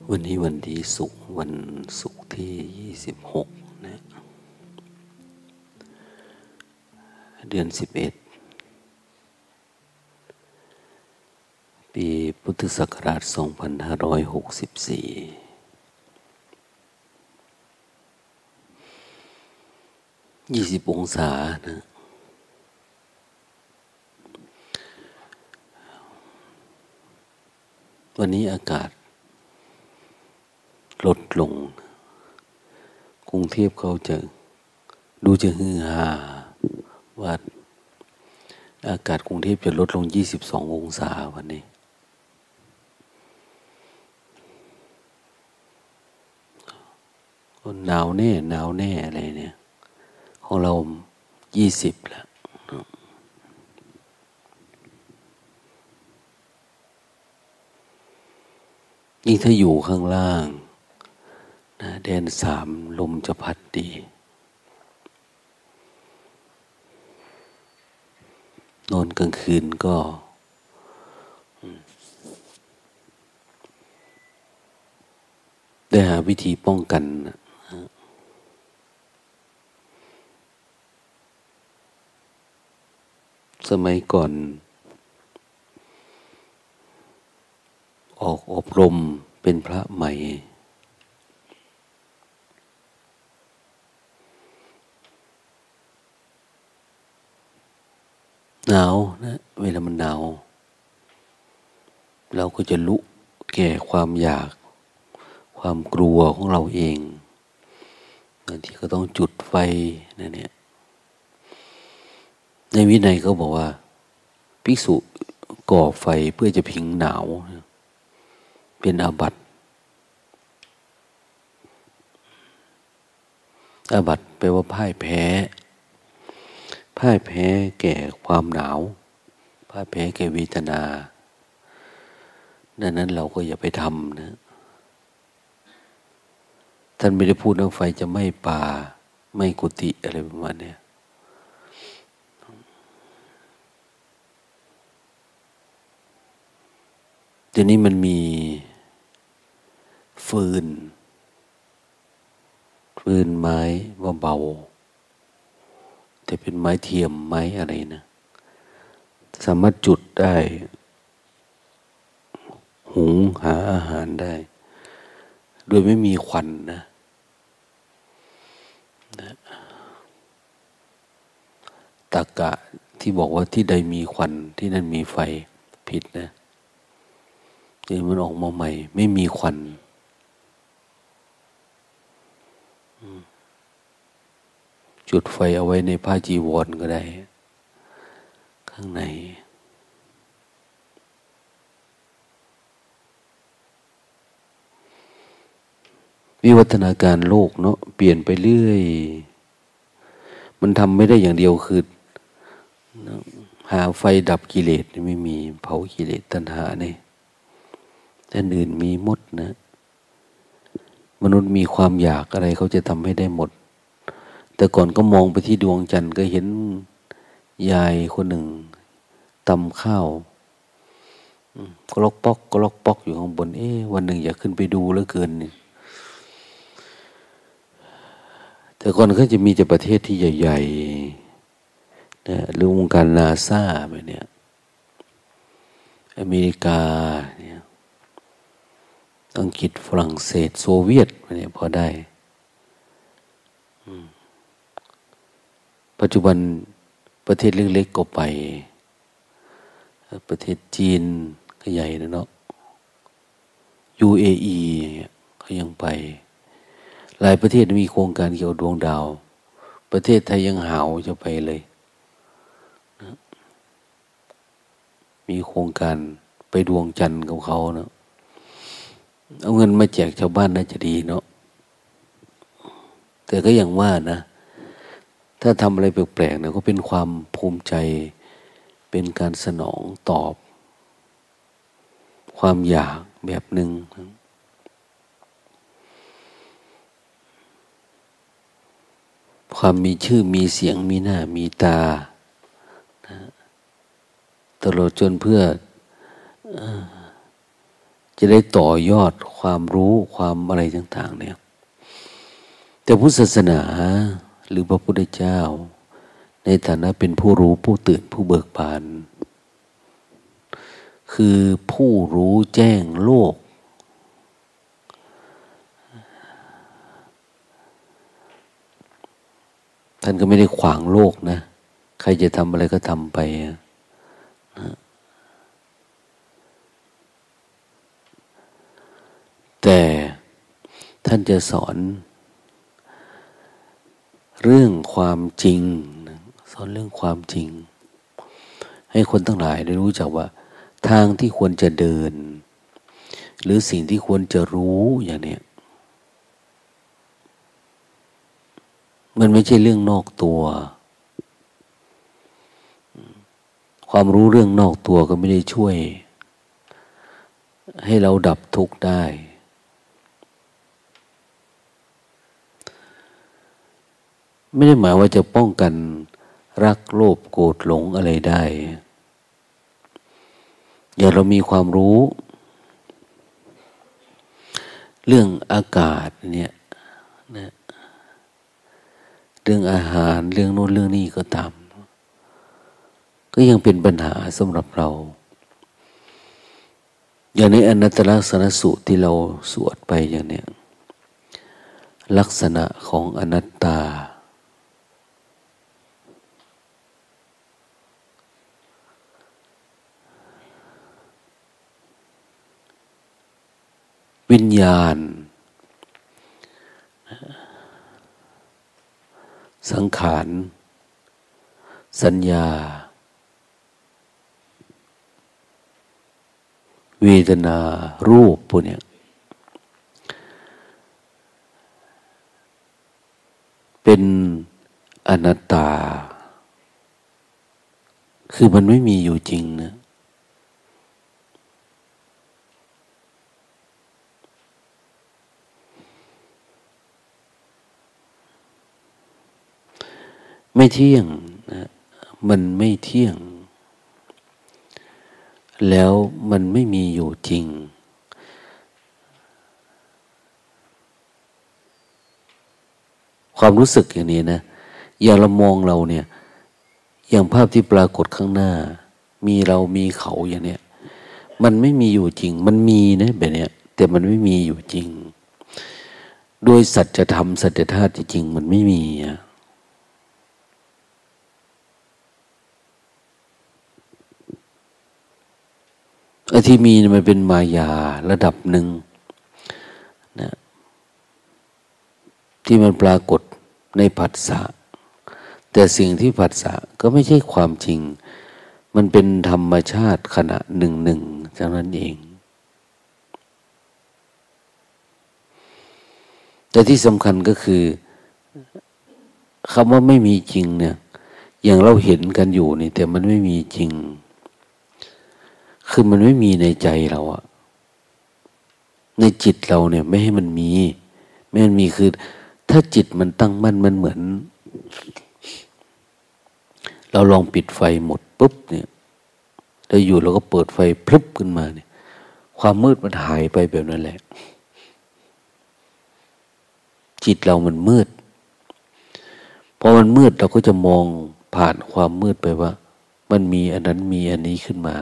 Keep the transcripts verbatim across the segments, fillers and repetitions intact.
วันนี้วันที่ศุกร์วันศุกร์ที่ยี่สิบหกนะเดือนสิบเอ็ดปีพุทธศักราชสองพันห้าร้อยหกสิบสี่ยี่สิบองศานะวันนี้อากาศลดลงกรุงเทพเขาจะดูจะฮือฮาว่าอากาศกรุงเทพจะลดลงยี่สิบสององศาวันนี้หนาวแน่หนาวแน่อะไรเนี่ยของเรายี่สิบแล้วนี่ถ้าอยู่ข้างล่างนะแดนสามลมจะพัดดีนอนกลางคืนก็ได้หาวิธีป้องกันนะสมัยก่อนออกอบรมเป็นพระใหม่หนาวนะเวลามันหนาวเราก็จะลุแก่ความอยากความกลัวของเราเองบางทีก็ต้องจุดไฟนะเนี่ยในวินัยเขาบอกว่าภิกษุก่อไฟเพื่อจะพิงหนาวเป็นอาบัติอาบัติแปลว่าพ่ายแพ้พ่ายแพ้แก่ความหนาวพ่ายแพ้แก่เวทนาดังนั้นเราก็อย่าไปทำนะท่านไม่ได้พูดว่าไฟจะไหม้ป่าไหม้กุฏิอะไรประมาณนี้เดี๋ยวนี้มันมีฟืนฟืนไม้ว่าเบาแต่เป็นไม้เทียมไม้อะไรนะสามารถจุดได้หุงหาอาหารได้โดยไม่มีควันนะนะตรรกะที่บอกว่าที่ใดมีควันที่นั่นมีไฟผิดนะเดี๋ยวมันออกมาใหม่ไม่มีควันจุดไฟเอาไว้ในผ้าจีวรก็ได้ข้างในวิวัฒนาการโลกเนาะเปลี่ยนไปเรื่อยมันทำไม่ได้อย่างเดียวคือหาไฟดับกิเลสไม่มีเผากิเลสตัณหาเนี่ยแต่อื่นมีหมดนะมนุษย์มีความอยากอะไรเขาจะทำให้ได้หมดแต่ก่อนก็มองไปที่ดวงจันทร์ก็เห็นยายคนหนึ่งตำข้าวก็ลอกปอกก็ลอกปอกอยู่ข้างบนเอ๊ะวันหนึ่งอยากขึ้นไปดูเหลือเกินเนี่ยแต่ก่อนก็จะมีแต่ประเทศที่ใหญ่ๆนะหรือวงการนาซาแบบเนี้ยอเมริกาเนี่ยอังกฤษฝรั่งเศสโซเวียตเนี่ยพอได้ปัจจุบันประเทศเล็กๆก็ไปประเทศจีนก็ใหญ่นะเนาะ ยู เอ อี เขายังไปหลายประเทศมีโครงการเกี่ยวกับดวงดาวประเทศไทยยังหาวจะไปเลยนะมีโครงการไปดวงจันทร์กับเขาเนาะเอาเงินมาแจกชาวบ้านน่าจะดีเนาะแต่ก็อย่างว่านะถ้าทำอะไรแปลกๆเนี่ยก็เป็นความภูมิใจเป็นการสนองตอบความอยากแบบหนึ่งความมีชื่อมีเสียงมีหน้ามีตานะตลอดจนเพื่อจะได้ต่อยอดความรู้ความอะไรต่างๆเนี่ยแต่พุทธศาสนาหรือพระพุทธเจ้าในฐานะเป็นผู้รู้ผู้ตื่นผู้เบิกบานคือผู้รู้แจ้งโลกท่านก็ไม่ได้ขวางโลกนะใครจะทำอะไรก็ทำไปนะแต่ท่านจะสอนเรื่องความจริงสอนเรื่องความจริงให้คนทั้งหลายได้รู้จักว่าทางที่ควรจะเดินหรือสิ่งที่ควรจะรู้อย่างเนี้ยมันไม่ใช่เรื่องนอกตัวความรู้เรื่องนอกตัวก็ไม่ได้ช่วยให้เราดับทุกข์ได้ไม่ได้หมายว่าจะป้องกันรักโลภโกรธหลงอะไรได้อย่าเรามีความรู้เรื่องอากาศเนี่ยนะเรื่องอาหารเรื่องโน้นเรื่องนี้ก็ตามก็ยังเป็นปัญหาสำหรับเราอย่างในอนัตตลักษณสูตรที่เราสวดไปอย่างเนี้ยลักษณะของอนัตตาวิญญาณสังขารสัญญาเวทนารูปพวกเนี้ยเป็นอนัตตาคือมันไม่มีอยู่จริงนะไม่เที่ยงนะมันไม่เที่ยงแล้วมันไม่มีอยู่จริงความรู้สึกอย่างนี้นะอย่าเรามองเราเนี่ยอย่างภาพที่ปรากฏข้างหน้ามีเรามีเขาอย่างเนี้ยมันไม่มีอยู่จริงมันมีนะแบบเนี้ยแต่มันไม่มีอยู่จริงโดยสัจธรรมสัจธาตุจริงมันไม่มีอะไอ้ที่มีมันเป็นมายาระดับหนึ่งนะที่มันปรากฏในผัสสะแต่สิ่งที่ผัสสะก็ไม่ใช่ความจริงมันเป็นธรรมชาติขณะหนึ่งหนึ่งเท่านั้นเองแต่ที่สำคัญก็คือคำว่าไม่มีจริงเนี่ยอย่างเราเห็นกันอยู่นี่แต่มันไม่มีจริงคือมันไม่มีในใจเราอะในจิตเราเนี่ยไม่ให้มันมีไม่ให้มันมีคือถ้าจิตมันตั้งมั่นมันเหมือนเราลองปิดไฟหมดปุ๊บเนี่ยเราอยู่เราก็เปิดไฟพลึบขึ้นมาเนี่ยความมืดมันหายไปแบบนั้นแหละจิตเรามันมืดพอมันมืดเราก็จะมองผ่านความมืดไปว่ามันมีอันนั้นมีอันนี้ขึ้นมา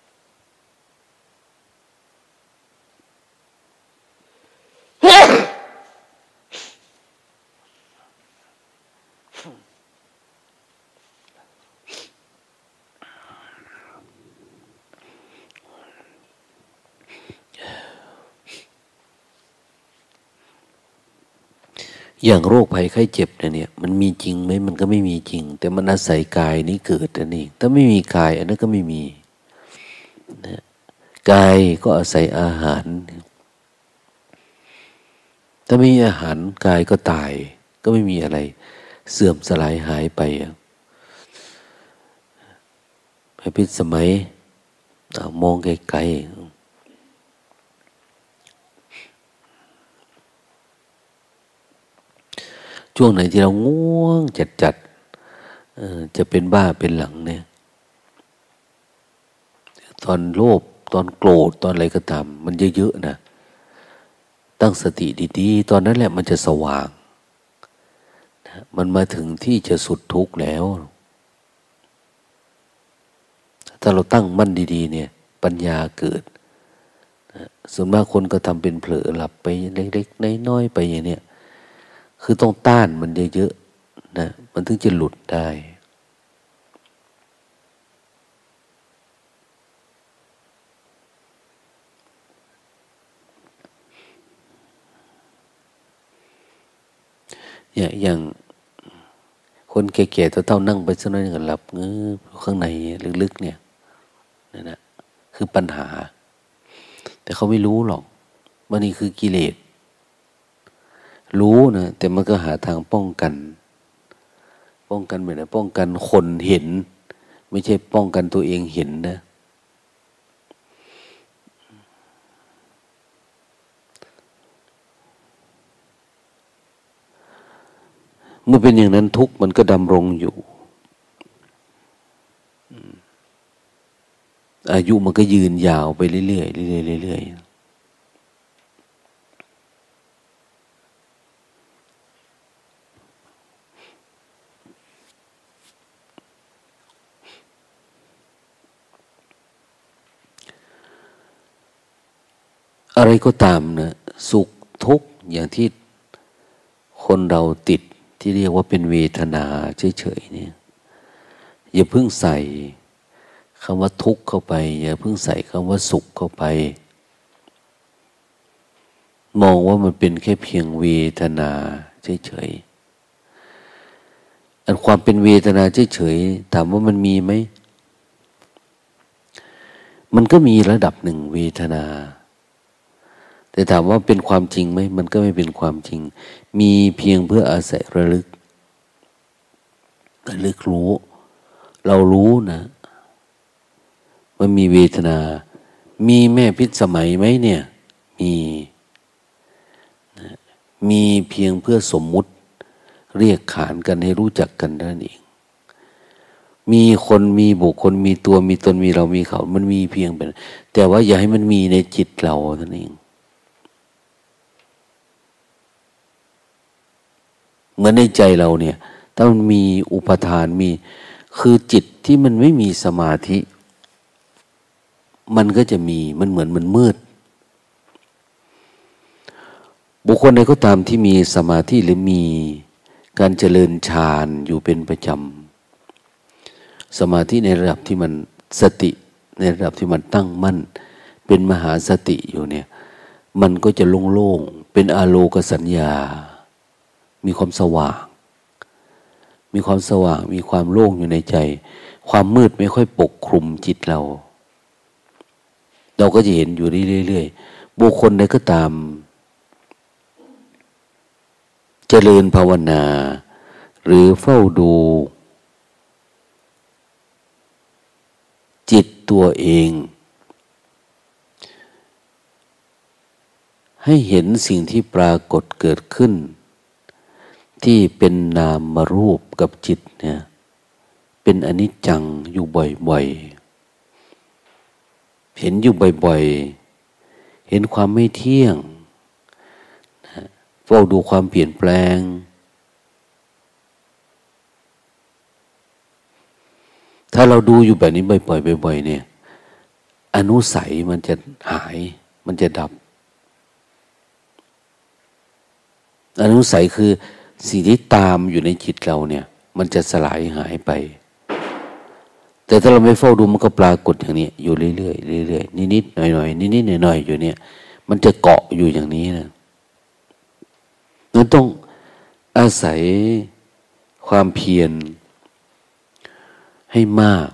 อย่างโรคภัยไข้เจ็บเนี่ยมันมีจริงไหมมันก็ไม่มีจริงแต่มันอาศัยกายนี้เกิดนั่นเองถ้าไม่มีกายอันนั้นก็ไม่มีนะกายก็อาศัยอาหารถ้าไม่มีอาหารกายก็ตายก็ไม่มีอะไรเสื่อมสลายหายไปไปพิสมัยมองไกลๆช่วงไหนที่เราง่วงจัดๆจะเป็นบ้าเป็นหลังเนี่ยตอนโลภตอนโกรธตอนอะไรก็ตามมันเยอะๆนะตั้งสติดีๆตอนนั้นแหละมันจะสว่างนะมันมาถึงที่จะสุดทุกข์แล้วถ้าเราตั้งมั่นดีๆเนี่ยปัญญาเกิดนะส่วนมากคนก็ทำเป็นเผลอหลับไปเล็กๆน้อยๆไปอย่างเนี้ยคือต้องต้านมันเยอะๆนะมันถึงจะหลุดได้เนี่ยอย่างคนแก่ๆเท่าๆนั่งไปสักหน่อยก็หลับเงื้อข้างในลึกๆเนี่ยนั่นนะคือปัญหาแต่เขาไม่รู้หรอกว่านี่คือกิเลสรู้นะแต่มันก็หาทางป้องกันป้องกันไม่ได้ป้องกันคนเห็นไม่ใช่ป้องกันตัวเองเห็นนะเมื่อเป็นอย่างนั้นทุกข์มันก็ดำรงอยู่อายุมันก็ยืนยาวไปเรื่อยๆเรื่อยๆเรื่อยๆอะไรก็ตามนะสุขทุกข์อย่างที่คนเราติดที่เรียกว่าเป็นเวทนาเฉยๆเนี่ยอย่าเพิ่งใส่คำว่าทุกข์เข้าไปอย่าเพิ่งใส่คำว่าสุขเข้าไปมองว่ามันเป็นแค่เพียงเวทนาเฉยๆอันความเป็นเวทนาเฉยๆถามว่ามันมีไหมมันก็มีระดับหนึ่งเวทนาแต่ถามว่าเป็นความจริงไหมมันก็ไม่เป็นความจริงมีเพียงเพื่ออาศัยระลึกระลึกรู้เรารู้นะมันมีเวทนามีแม่พิษสมัยไหมเนี่ยมีนะมีเพียงเพื่อสมมุติเรียกขานกันให้รู้จักกันนั่นเองมีคนมีบุคคลมีตัวมีตนมีเรามีเขามันมีเพียงเป็นแต่ว่าอย่าให้มันมีในจิตเราเท่านั้นเองเหมือนในใจเราเนี่ยถ้ามันมีอุปทานมีคือจิตที่มันไม่มีสมาธิมันก็จะมีมันเหมือนมันมืดบุคคลใดก็ตามที่มีสมาธิหรือมีการเจริญฌานอยู่เป็นประจำสมาธิในระดับที่มันสติในระดับที่มันตั้งมั่นเป็นมหาสติอยู่เนี่ยมันก็จะโล่งๆเป็นอาโลกสัญญามีความสว่างมีความสว่างมีความโล่งอยู่ในใจความมืดไม่ค่อยปกคลุมจิตเราเราก็จะเห็นอยู่เรื่อยๆบุคคลใดก็ตามเจริญภาวนาหรือเฝ้าดูจิตตัวเองให้เห็นสิ่งที่ปรากฏเกิดขึ้นที่เป็นนามรูปกับจิตเนี่ยเป็นอนิจจังอยู่บ่อยๆเห็นอยู่บ่อยๆเห็นความไม่เที่ยงเฝ้าดูความเปลี่ยนแปลงถ้าเราดูอยู่แบบนี้บ่อยๆบ่อยๆเนี่ยอนุสัยมันจะหายมันจะดับอนุสัยคือสิ่งที่ตามอยู่ในจิตเราเนี่ยมันจะสลายหายไปแต่ถ้าเราไม่เฝ้าดูมันก็ปรากฏอย่างนี้อยู่เรื่อยๆเรื่อยๆนิดๆหน่อยๆนิดๆหน่อยๆอยู่เนี่ยมันจะเกาะอยู่อย่างนี้นะมันต้องอาศัยความเพียรให้มาก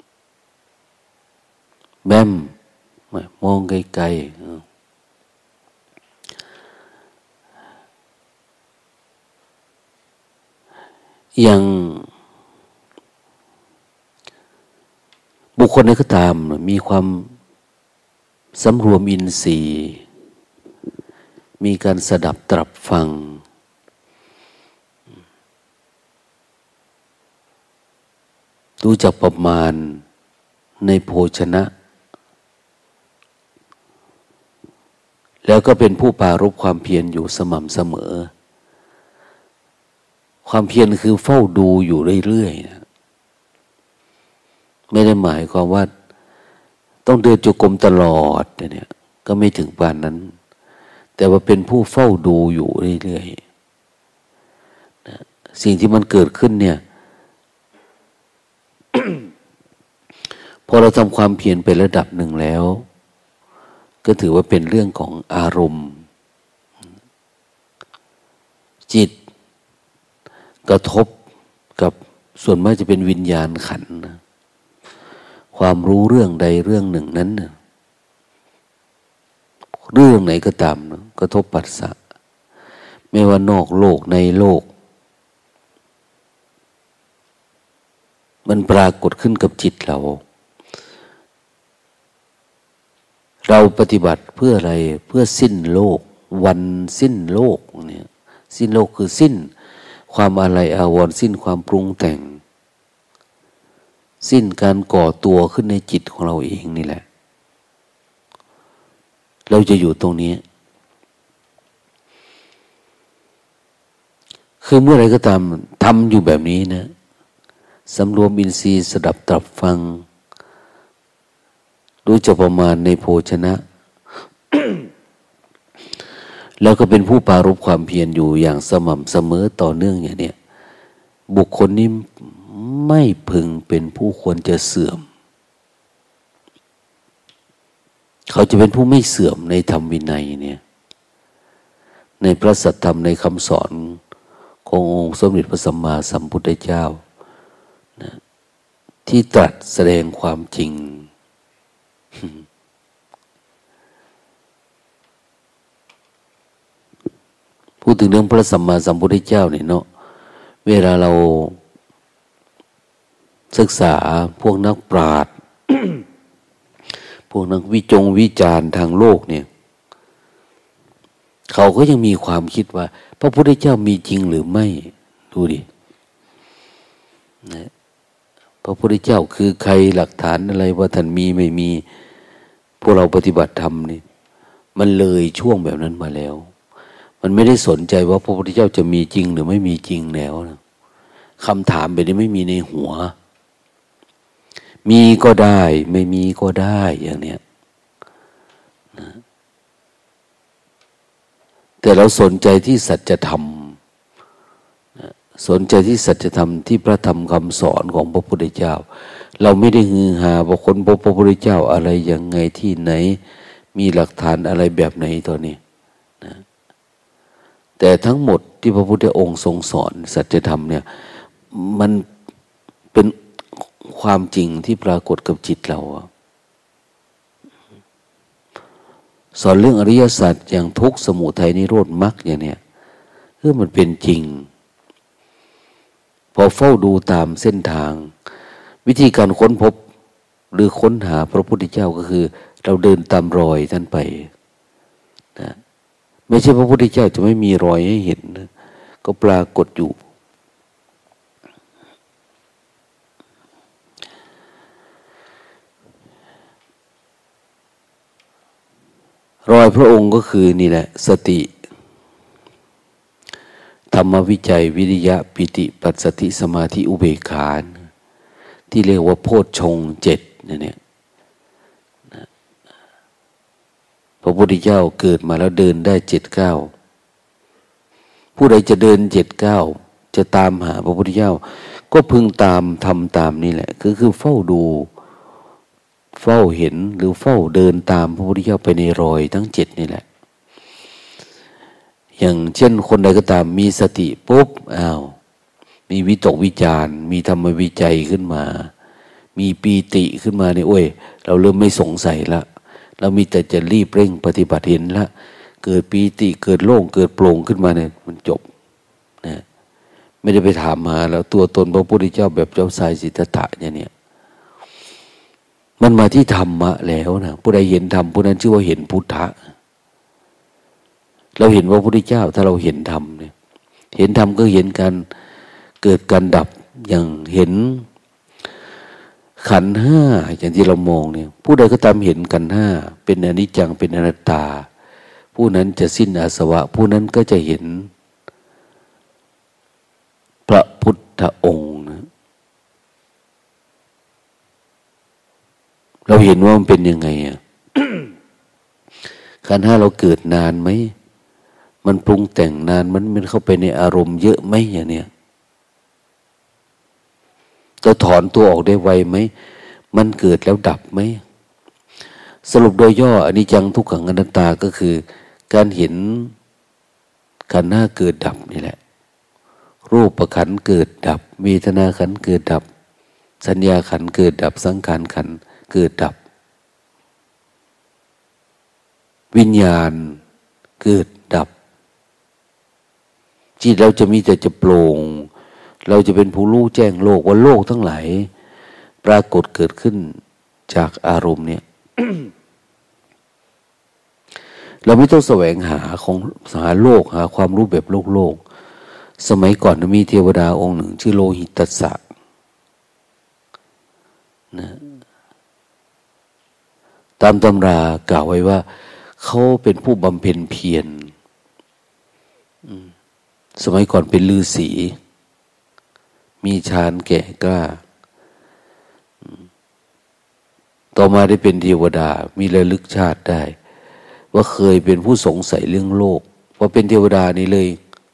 แม่มมองไกลๆอย่างบุคคลใดก็ตามมีความสำรวมอินทรีย์มีการสดับตรับฟังรู้จักประมาณในโภชนะแล้วก็เป็นผู้ปรารภความเพียรอยู่สม่ำเสมอความเพียรคือเฝ้าดูอยู่เรื่อยๆนะไม่ได้หมายความว่าต้องเดินจงกรมตลอดเนี่ยก็ไม่ถึงปานนั้นแต่ว่าเป็นผู้เฝ้าดูอยู่เรื่อยๆนะสิ่งที่มันเกิดขึ้นเนี่ย พอเราทำความเพียรไประดับหนึ่งแล้วก็ถือว่าเป็นเรื่องของอารมณ์จิตกระทบกับส่วนมากจะเป็นวิญญาณขันธ์นะความรู้เรื่องใดเรื่องหนึ่งนั้นนะเรื่องไหนก็ตามนะกระทบปัสสะไม่ว่านอกโลกในโลกมันปรากฏขึ้นกับจิตเราเราปฏิบัติเพื่ออะไรเพื่อสิ้นโลกวันสิ้นโลกเนี่ยสิ้นโลกคือสิ้นความอาลัยอาวรณ์สิ้นความปรุงแต่งสิ้นการก่อตัวขึ้นในจิตของเราเองนี่แหละเราจะอยู่ตรงนี้คือเมื่อไรก็ตามทำอยู่แบบนี้นะสำรวมอินทรีย์สดับตรับฟังรู้จักประมาณในโภชนะ แล้วก็เป็นผู้ปรารภความเพียรอยู่อย่างสม่ำเสมอต่อเนื่องอย่างเนี้ยบุคคลนี้ไม่พึงเป็นผู้ควรจะเสื่อมเขาจะเป็นผู้ไม่เสื่อมในธรรมวินัยเนี่ยในพระสัทธรรมในคำสอนขององค์สมเด็จพระสัมมาสัมพุทธเจ้านะที่ตรัสแสดงความจริงพูดถึงเรื่องพระสัมมาสัมพุทธเจ้าเนี่ยเนาะเวลาเราศึกษาพวกนักปราชญ์ พวกนักวิจงวิจารณ์ทางโลกเนี่ยเขาก็ยังมีความคิดว่าพระพุทธเจ้ามีจริงหรือไม่ดูดินะพระพุทธเจ้าคือใครหลักฐานอะไรว่าท่านมีไม่มีพวกเราปฏิบัติธรรมนี่มันเลยช่วงแบบนั้นมาแล้วมันไม่ได้สนใจว่าพระพุทธเจ้าจะมีจริงหรือไม่มีจริงแล้วนะคำถามแบบนี้ไม่มีในหัวมีก็ได้ไม่มีก็ได้อย่างเนี้ยนะแต่เราสนใจที่สัจธรรมนะสนใจที่สัจธรรมที่พระธรรมคำสอนของพระพุทธเจ้าเราไม่ได้ฮือฮาว่าคนพบพระพุทธเจ้าอะไรยังไงที่ไหนมีหลักฐานอะไรแบบไหนตัวนี้นะแต่ทั้งหมดที่พระพุทธองค์ทรงสอนสัจธรรมเนี่ยมันเป็นความจริงที่ปรากฏกับจิตเราสอนเรื่องอริยสัจอย่างทุกข์สมุทัยนิโรธมรรคอย่างเนี้ยเออมันเป็นจริงพอเฝ้าดูตามเส้นทางวิธีการค้นพบหรือค้นหาพระพุทธเจ้าก็คือเราเดินตามรอยท่านไปนะไม่ใช่พระพุทธเจ้าจะไม่มีรอยให้เห็นนะก็ปรากฏอยู่รอยพระองค์ก็คือนี่แหละสติธรรมวิจัยวิริยะปิติปัสสติสมาธิอุเบกขาที่เรียกว่าโพชฌงค์เจ็ดเนี่ยพระพุทธเจ้าเกิดมาแล้วเดินได้เจ็ดเก้าผู้ใดจะเดินเจ็ดเก้าจะตามหาพระพุทธเจ้าก็พึงตามทำตามนี่แหละคือคือเฝ้าดูเฝ้าเห็นหรือเฝ้าเดินตามพระพุทธเจ้าไปในรอยทั้งเจ็ดนี่แหละอย่างเช่นคนใดก็ตามมีสติปุ๊บอ้าวมีวิตกวิจารมีธรรมวิจัยขึ้นมามีปีติขึ้นมาเนี่ยโอ้ยเราเริ่มไม่สงสัยละเรามีแต่จะรีบเร่งปฏิบัติเห็นละเกิดปีติเกิดโล่งเกิดโปร่งขึ้นมาเนี่ยมันจบนะไม่ได้ไปถามหาแล้วตัวตนพระพุทธเจ้าแบบเจ้าชายสิทธัตถะเนี่ยเนี่ยมันมาที่ธรรมะแล้วนะผู้ใดเห็นธรรมผู้นั้นชื่อว่าเห็นพุทธะเราเห็นว่าพระพุทธเจ้าถ้าเราเห็นธรรมเนี่ยเห็นธรรมก็เห็นการเกิดการดับอย่างเห็นขันธ์ห้าอย่างที่เรามองเนี่ยผู้ใดก็ตามเห็นขันธ์ห้าเป็นอนิจจังเป็นอนัตตาผู้นั้นจะสิ้นอาสวะผู้นั้นก็จะเห็นพระพุทธองค์นะเราเห็นว่ามันเป็นยังไงอ่ะ ขันธ์ห้าเราเกิดนานไหมมันปรุงแต่งนานมันมันเข้าไปในอารมณ์เยอะไหมอย่างเนี้ยจะถอนตัวออกได้ไวไหมมันเกิดแล้วดับไหมสรุปโดยย่ออนิจจังทุกขังอนัตตาก็คือการเห็นขันธ์ห้าเกิดดับนี่แหละรูปขันธ์เกิดดับเวทนาขันธ์เกิดดับสัญญาขันธ์เกิดดับสังขารขันธ์เกิดดับวิญญาณเกิดดับจิตเราจะมีแต่จะโปร่งเราจะเป็นผู้รู้แจ้งโลกว่าโลกทั้งหลายปรากฏเกิดขึ้นจากอารมณ์เนี่ย เราไม่ต้องแสวงหาของหาโลกหาความรู้แบบโลกโลกสมัยก่อนมีเทวดาองค์หนึ่งชื่อโลหิตัสสะนะตามตำรากล่าวไว้ว่าเขาเป็นผู้บำเพ็ญเพียรสมัยก่อนเป็นฤาษีมีฌานแก่กล้าต่อมาได้เป็นเทวดามีระลึกชาติได้ว่าเคยเป็นผู้สงสัยเรื่องโลกว่าเป็นเทวดานี่เลย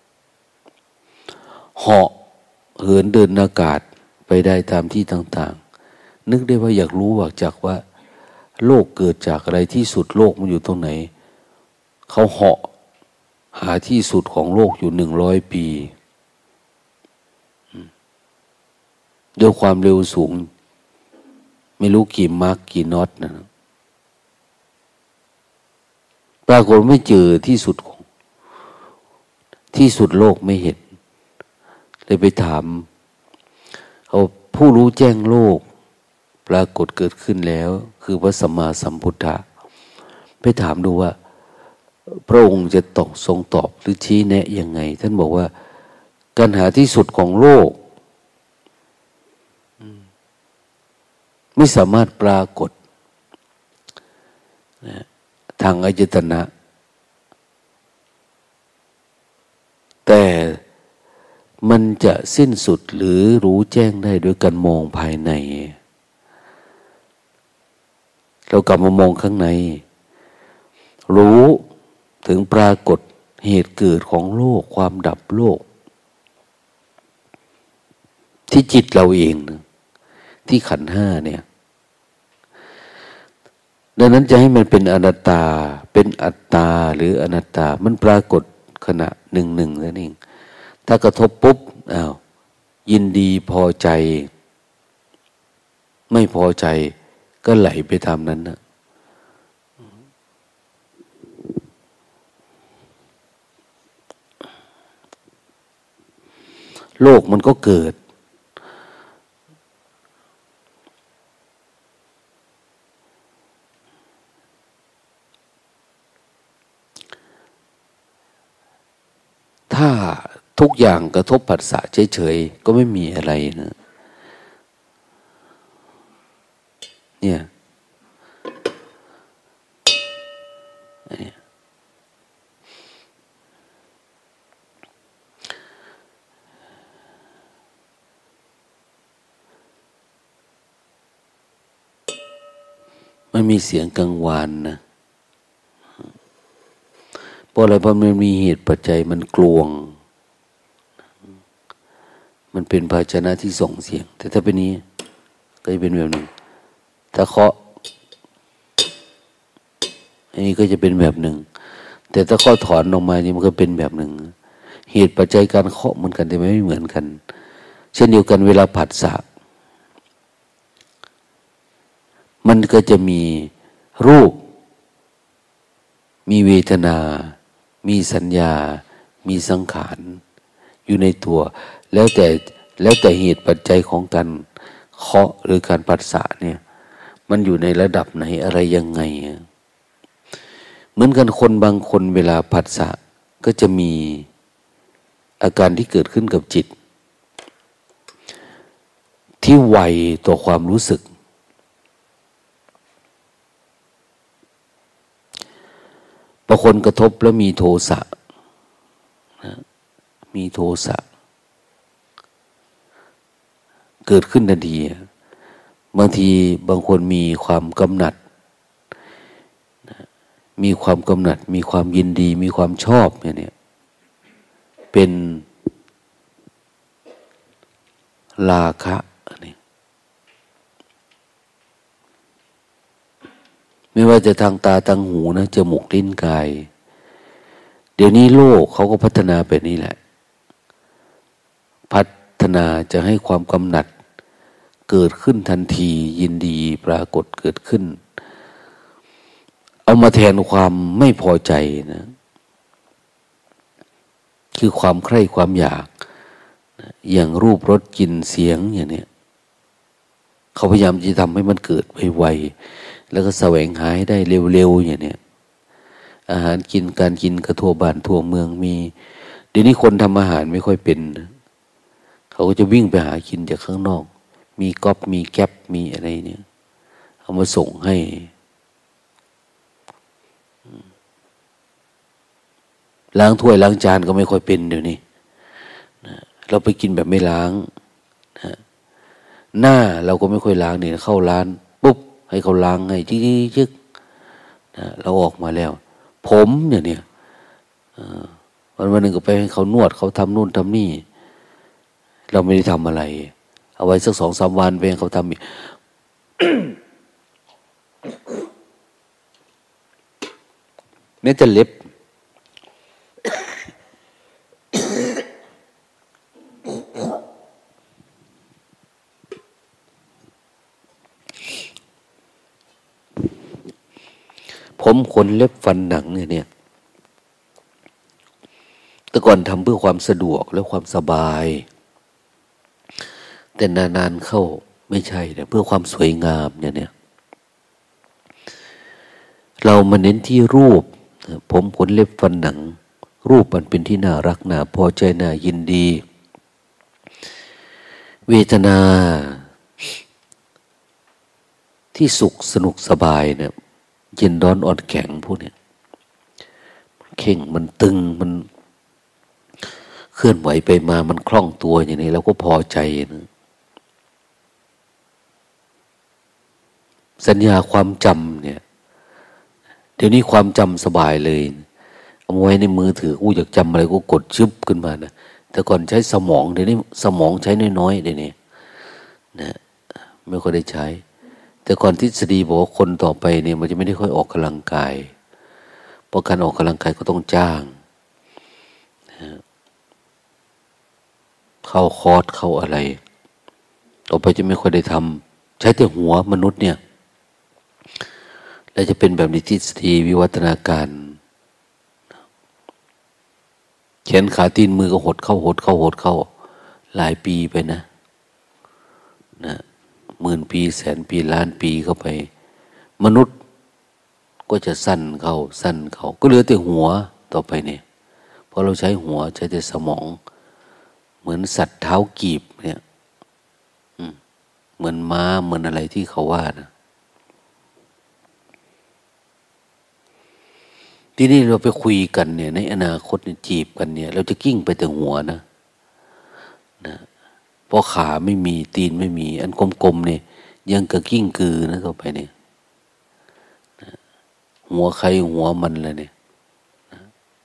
เหาะเหินเดินอากาศไปได้ตามที่ต่างๆนึกได้ว่าอยากรู้ว่าจากว่าโลกเกิดจากอะไรที่สุดโลกมันอยู่ตรงไหนเขาเหาะหาที่สุดของโลกอยู่หนึ่งร้อยปีด้วยความเร็วสูงไม่รู้กี่มาร์กกี่น็อตนะปรากฏไม่เจอที่สุดของที่สุดโลกไม่เห็นเลยไปถามเขาผู้รู้แจ้งโลกปรากฏเกิดขึ้นแล้วคือพระสัมมาสัมพุทธะไปถามดูว่าพระองค์จะตอบทรงตอบหรือชี้แนะยังไงท่านบอกว่าการหาที่สุดของโลกไม่สามารถปรากฏนะทางอายตนะแต่มันจะสิ้นสุดหรือรู้แจ้งได้ด้วยการมองภายในเรากลับมามองข้างในรู้ถึงปรากฏเหตุเกิดของโลกความดับโลกที่จิตเราเองนะที่ขันธ์ห้าเนี่ยดังนั้นจะให้มันเป็นอนัตตาเป็นอัตตาหรืออนัตตามันปรากฏขณะหนึ่งหนึ่งนั่นเองถ้ากระทบปุ๊บอ้าวยินดีพอใจไม่พอใจก็ไหลไปตามนั้นนะโลกมันก็เกิดถ้าทุกอย่างกระทบผัสสะเฉยๆก็ไม่มีอะไรนะเนี่ยมันมีเสียงกังวานนะเพราะอะไรเพราะมันมีเหตุปัจจัยมันกลวงมันเป็นภาชนะที่ส่งเสียงแต่ถ้าเป็นนี้ก็จะเป็นแบบหนึ่งถ้าเคาะอันนี้ก็จะเป็นแบบหนึ่งแต่ถ้าเคาะถอนออกมานี่มันก็เป็นแบบหนึ่งเหตุปัจจัยการเคาะเหมือนกันแต่ไม่เหมือนกันเช่นเดียวกันเวลาผัสสะมันก็จะมีรูปมีเวทนามีสัญญามีสังขารอยู่ในตัวแล้วแต่แล้วแต่เหตุปัจจัยของการเคาะหรือการผัสสะเนี่ยมันอยู่ในระดับไหนอะไรยังไงเหมือนกันคนบางคนเวลาผัสสะก็จะมีอาการที่เกิดขึ้นกับจิตที่ไวต่อความรู้สึกบางคนกระทบแล้วมีโทสะนะมีโทสะเกิดขึ้นทันทีบางทีบางคนมีความกำหนัดมีความกำหนัดมีความยินดีมีความชอบเนี่ยเป็นราคะนี่ไม่ว่าจะทางตาทางหูนะจมูกลิ้นกายเดี๋ยวนี้โลกเขาก็พัฒนาแบบนี้แหละพัฒนาจะให้ความกำหนัดเกิดขึ้นทันทียินดีปรากฏเกิดขึ้นเอามาแทนความไม่พอใจนะคือความใคร่ความอยากอย่างรูปรสกลิ่นเสียงอย่างนี้เขาพยายามจะทำให้มันเกิดไวๆแล้วก็แสวงหาให้ได้เร็วๆอย่างนี้อาหารกินการกินกระทั่วบ้านทั่วเมืองมีเดี๋ยวนี้คนทำอาหารไม่ค่อยเป็นนะเขาก็จะวิ่งไปหากินจากข้างนอกมีก๊อปมีแก๊ปมีอะไรเนี่ยเอามาส่งให้ล้างถ้วยล้างจานก็ไม่ค่อยเป็นเดี๋ยวนี้นะเราไปกินแบบไม่ล้างนะหน้าเราก็ไม่ค่อยล้างเนี่ยเข้าร้านปุ๊บให้เขาล้างให้จิ๊กๆนะเราออกมาแล้วผมเนี่ยเนี่ยวันวันหนึ่งก็ไปให้เขานวดเขาทำนู่นทำนี่เราไม่ได้ทำอะไรเอาไว้สักสองสามวันไปให้เขาทำอีก แม้แต่เล็บผมขนเล็บฟันหนังเนี่ยเนี่ยแต่ก่อนทำเพื่อความสะดวกและความสบายแต่นานๆเข้าไม่ใช่แต่เพื่อความสวยงามเนี่ยเนี่ยเรามาเน้นที่รูปผมขนเล็บฟันหนังรูปมันเป็นที่น่ารักน่าพอใจน่ายินดีเวทนาที่สุขสนุกสบายเนี่ยเย็นร้อนอ่อนแข็งพวกเนี้ยมันเข่งมันตึงมันเคลื่อนไหวไปมามันคล่องตัวอย่างนี้เราก็พอใจนะสัญญาความจำเนี่ยเดี๋ยวนี้ความจำสบายเลยเอาไว้ในมือถือกูอยากจำอะไรกูกดชึบขึ้นมานะแต่ก่อนใช้สมองเดี๋ยวนี้สมองใช้น้อยๆเดี๋ยวนี้นะไม่ค่อยได้ใช้แต่ก่อนทฤษฎีบอกว่าคนต่อไปเนี่ยมันจะไม่ได้ค่อยออกกำลังกายเพราะการออกกำลังกายก็ต้องจ้างนะเข้าคอร์สเข้าอะไรต่อไปจะไม่ค่อยได้ทำใช้แต่หัวมนุษย์เนี่ยแล้วจะเป็นแบบในทฤษฎีวิวัฒนาการแขนขาตีนมือก็หดเข้าหดเข้าหดเข้าหลายปีไปนะนะหมื่นปีแสนปีล้านปีเข้าไปมนุษย์ก็จะสั้นเข้าสั้นเข้าก็เหลือแต่หัวต่อไปเนี่ยเพราะเราใช้หัวใช้แต่สมองเหมือนสัตว์เท้ากีบเนี่ยเหมือนม้าเหมือนอะไรที่เขาว่านะที่นี่เราไปคุยกันเนี่ยในอนาคตเนี่ยจีบกันเนี่ยเราจะกิ้งไปแต่หัวนะนะเพราะขาไม่มีตีนไม่มีอันกลมๆเนี่ยยังกระกิ้งกือนะต่อไปเนี่ยนะหัวใครหัวมันเลยเนี่ยนะ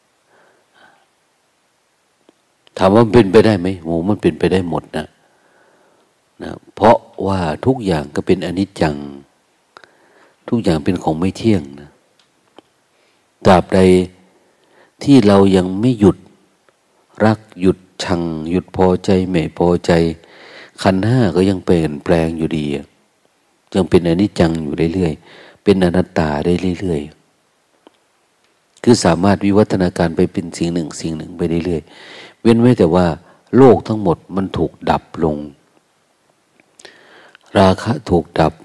ถามว่ามันเป็นไปได้ไหมโหมันเป็นไปได้หมดนะนะเพราะว่าทุกอย่างก็เป็นอนิจจังทุกอย่างเป็นของไม่เที่ยงนะตราบใดที่เรายังไม่หยุดรักหยุดชังหยุดพอใจไม่พอใจขันธ์ห้าก็ยังเปลี่ยนแปลงอยู่ดียังเป็นอนิจจังอยู่เรื่อยๆเป็นอนัตตาได้เรื่อยๆคือสามารถวิวัฒนาการไปเป็นสิ่งหนึ่งสิ่งหนึ่งไปเรื่อยๆเว้นไว้แต่ว่าโลกทั้งหมดมันถูกดับลงราคะถูกดับ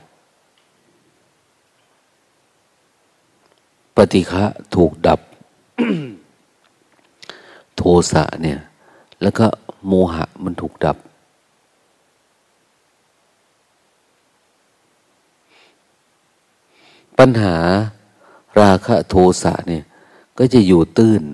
ปฏิฆะถูกดับ โทสะเนี่ยแล้วก็โมหะมันถูกดับปัญหาราคะโทสะเนี่ยก็จะอยู่ตื้น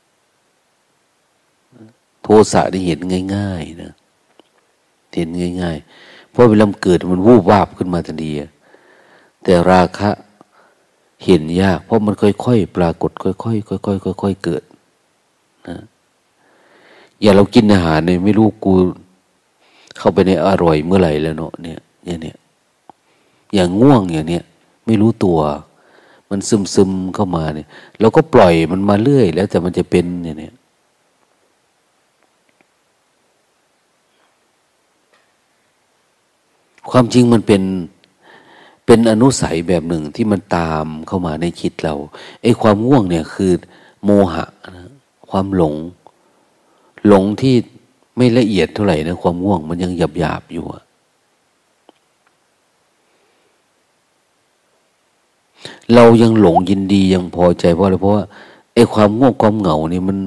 โทสะได้เห็นง่ายๆนะเห็นง่ายๆเพราะเวลาเกิดมันวูบวาบขึ้นมาทันทีแต่ราคะเห็นยากเพราะมันค่อยๆปรากฏค่อยๆค่อยๆค่อยๆเกิดนะอย่าเรากินอาหารเนี่ยไม่รู้กูเข้าไปในอร่อยเมื่อไหร่แล้วเนาะเนี่ยเนี่ยเนี่ยอย่างง่วงอย่างเนี้ยไม่รู้ตัวมันซึมซึมเข้ามาเนี่ยเราก็ปล่อยมันมาเรื่อยแล้วแต่มันจะเป็นเนี่ยเนี่ยความจริงมันเป็นเป็นอนุสัยแบบหนึ่งที่มันตามเข้ามาในจิตเราไอ้ความง่วงเนี่ยคือโมหะนะความหลงหลงที่ไม่ละเอียดเท่าไหร่นะความง่วงมันยังหยาบหยาบอยู่อะเรายังหลงยินดียังพอใจเพราะอะไรเพราะว่าไอ้ความง่วงความเหงานี่มัน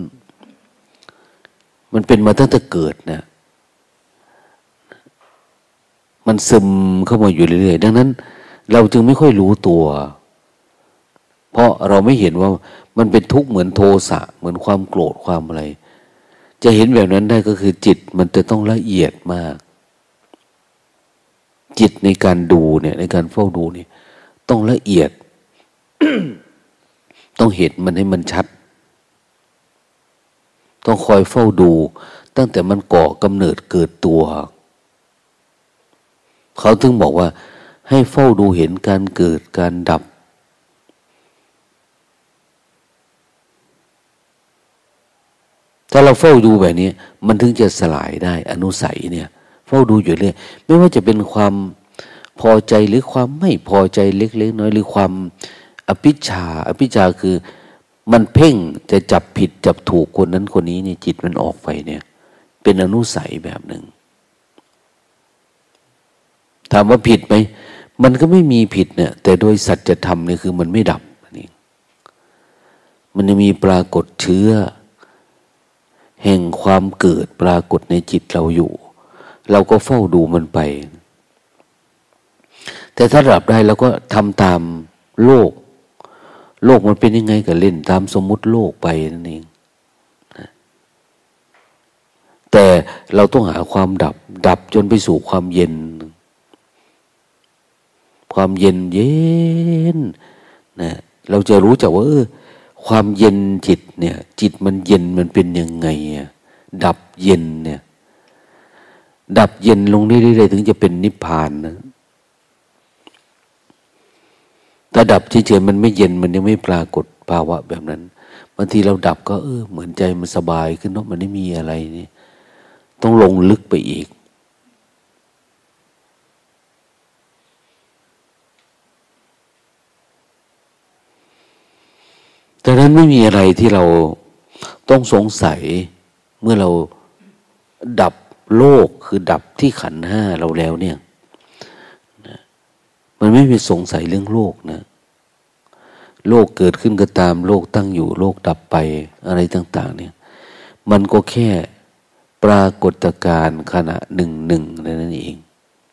มันเป็นมาตั้งแต่เกิดนะมันซึมเข้ามาอยู่เรื่อยๆดังนั้นเราจึงไม่ค่อยรู้ตัวเพราะเราไม่เห็นว่ามันเป็นทุกข์เหมือนโทสะเหมือนความโกรธความอะไรจะเห็นแบบนั้นได้ก็คือจิตมันจะต้องละเอียดมากจิตในการดูเนี่ยในการเฝ้าดูเนี่ยต้องละเอียด ต้องเห็นมันให้มันชัดต้องคอยเฝ้าดูตั้งแต่มันก่อกำเนิดเกิดตัวเขาถึงบอกว่าให้เฝ้าดูเห็นการเกิดการดับถ้าเราเฝ้าดูแบบนี้มันถึงจะสลายได้อนุสัยเนี่ยเฝ้าดูอยู่เรื่อยไม่ว่าจะเป็นความพอใจหรือความไม่พอใจเล็กๆน้อยหรือความอภิชาอภิชาคือมันเพ่งจะจับผิดจับถูกคนนั้นคนนี้เนี่ยจิตมันออกไปเนี่ยเป็นอนุสัยแบบหนึ่งถามว่าผิดไหมมันก็ไม่มีผิดเนี่ยแต่โดยสัจธรรมเนี่ยคือมันไม่ดับนี่มันจะมีปรากฏเชื้อแห่งความเกิดปรากฏในจิตเราอยู่เราก็เฝ้าดูมันไปแต่ถ้าดับได้เราก็ทำตามโลกโลกมันเป็นยังไงก็เล่นตามสมมุติโลกไปนั่นเองแต่เราต้องหาความดับดับจนไปสู่ความเย็นความเย็นเย็นนะเราจะรู้จักว่าเออความเย็นจิตเนี่ยจิตมันเย็นมันเป็นยังไงอะดับเย็นเนี่ยดับเย็นลงเรื่อยๆถึงจะเป็นนิพพานนะถ้าดับเฉยๆมันไม่เย็นมันยังไม่ปรากฏภาวะแบบนั้นบางทีเราดับก็เออเหมือนใจมันสบายขึ้นเนาะมันไม่มีอะไรนี่ต้องลงลึกไปอีกดังนั้นไม่มีอะไรที่เราต้องสงสัยเมื่อเราดับโลกคือดับที่ขันธ์ห้าเราแล้วเนี่ยมันไม่มีสงสัยเรื่องโลกนะโลกเกิดขึ้นก็ตามโลกตั้งอยู่โลกดับไปอะไรต่างๆเนี่ยมันก็แค่ปรากฏการณ์ขณะหนึ่งหนึ่งนั่นเอง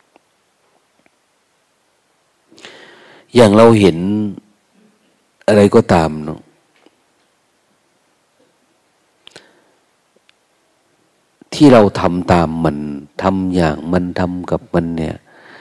อย่างเราเห็นอะไรก็ตามเนาะที่เราทำตามมันทำอย่างมันทำกับมันเนี่ย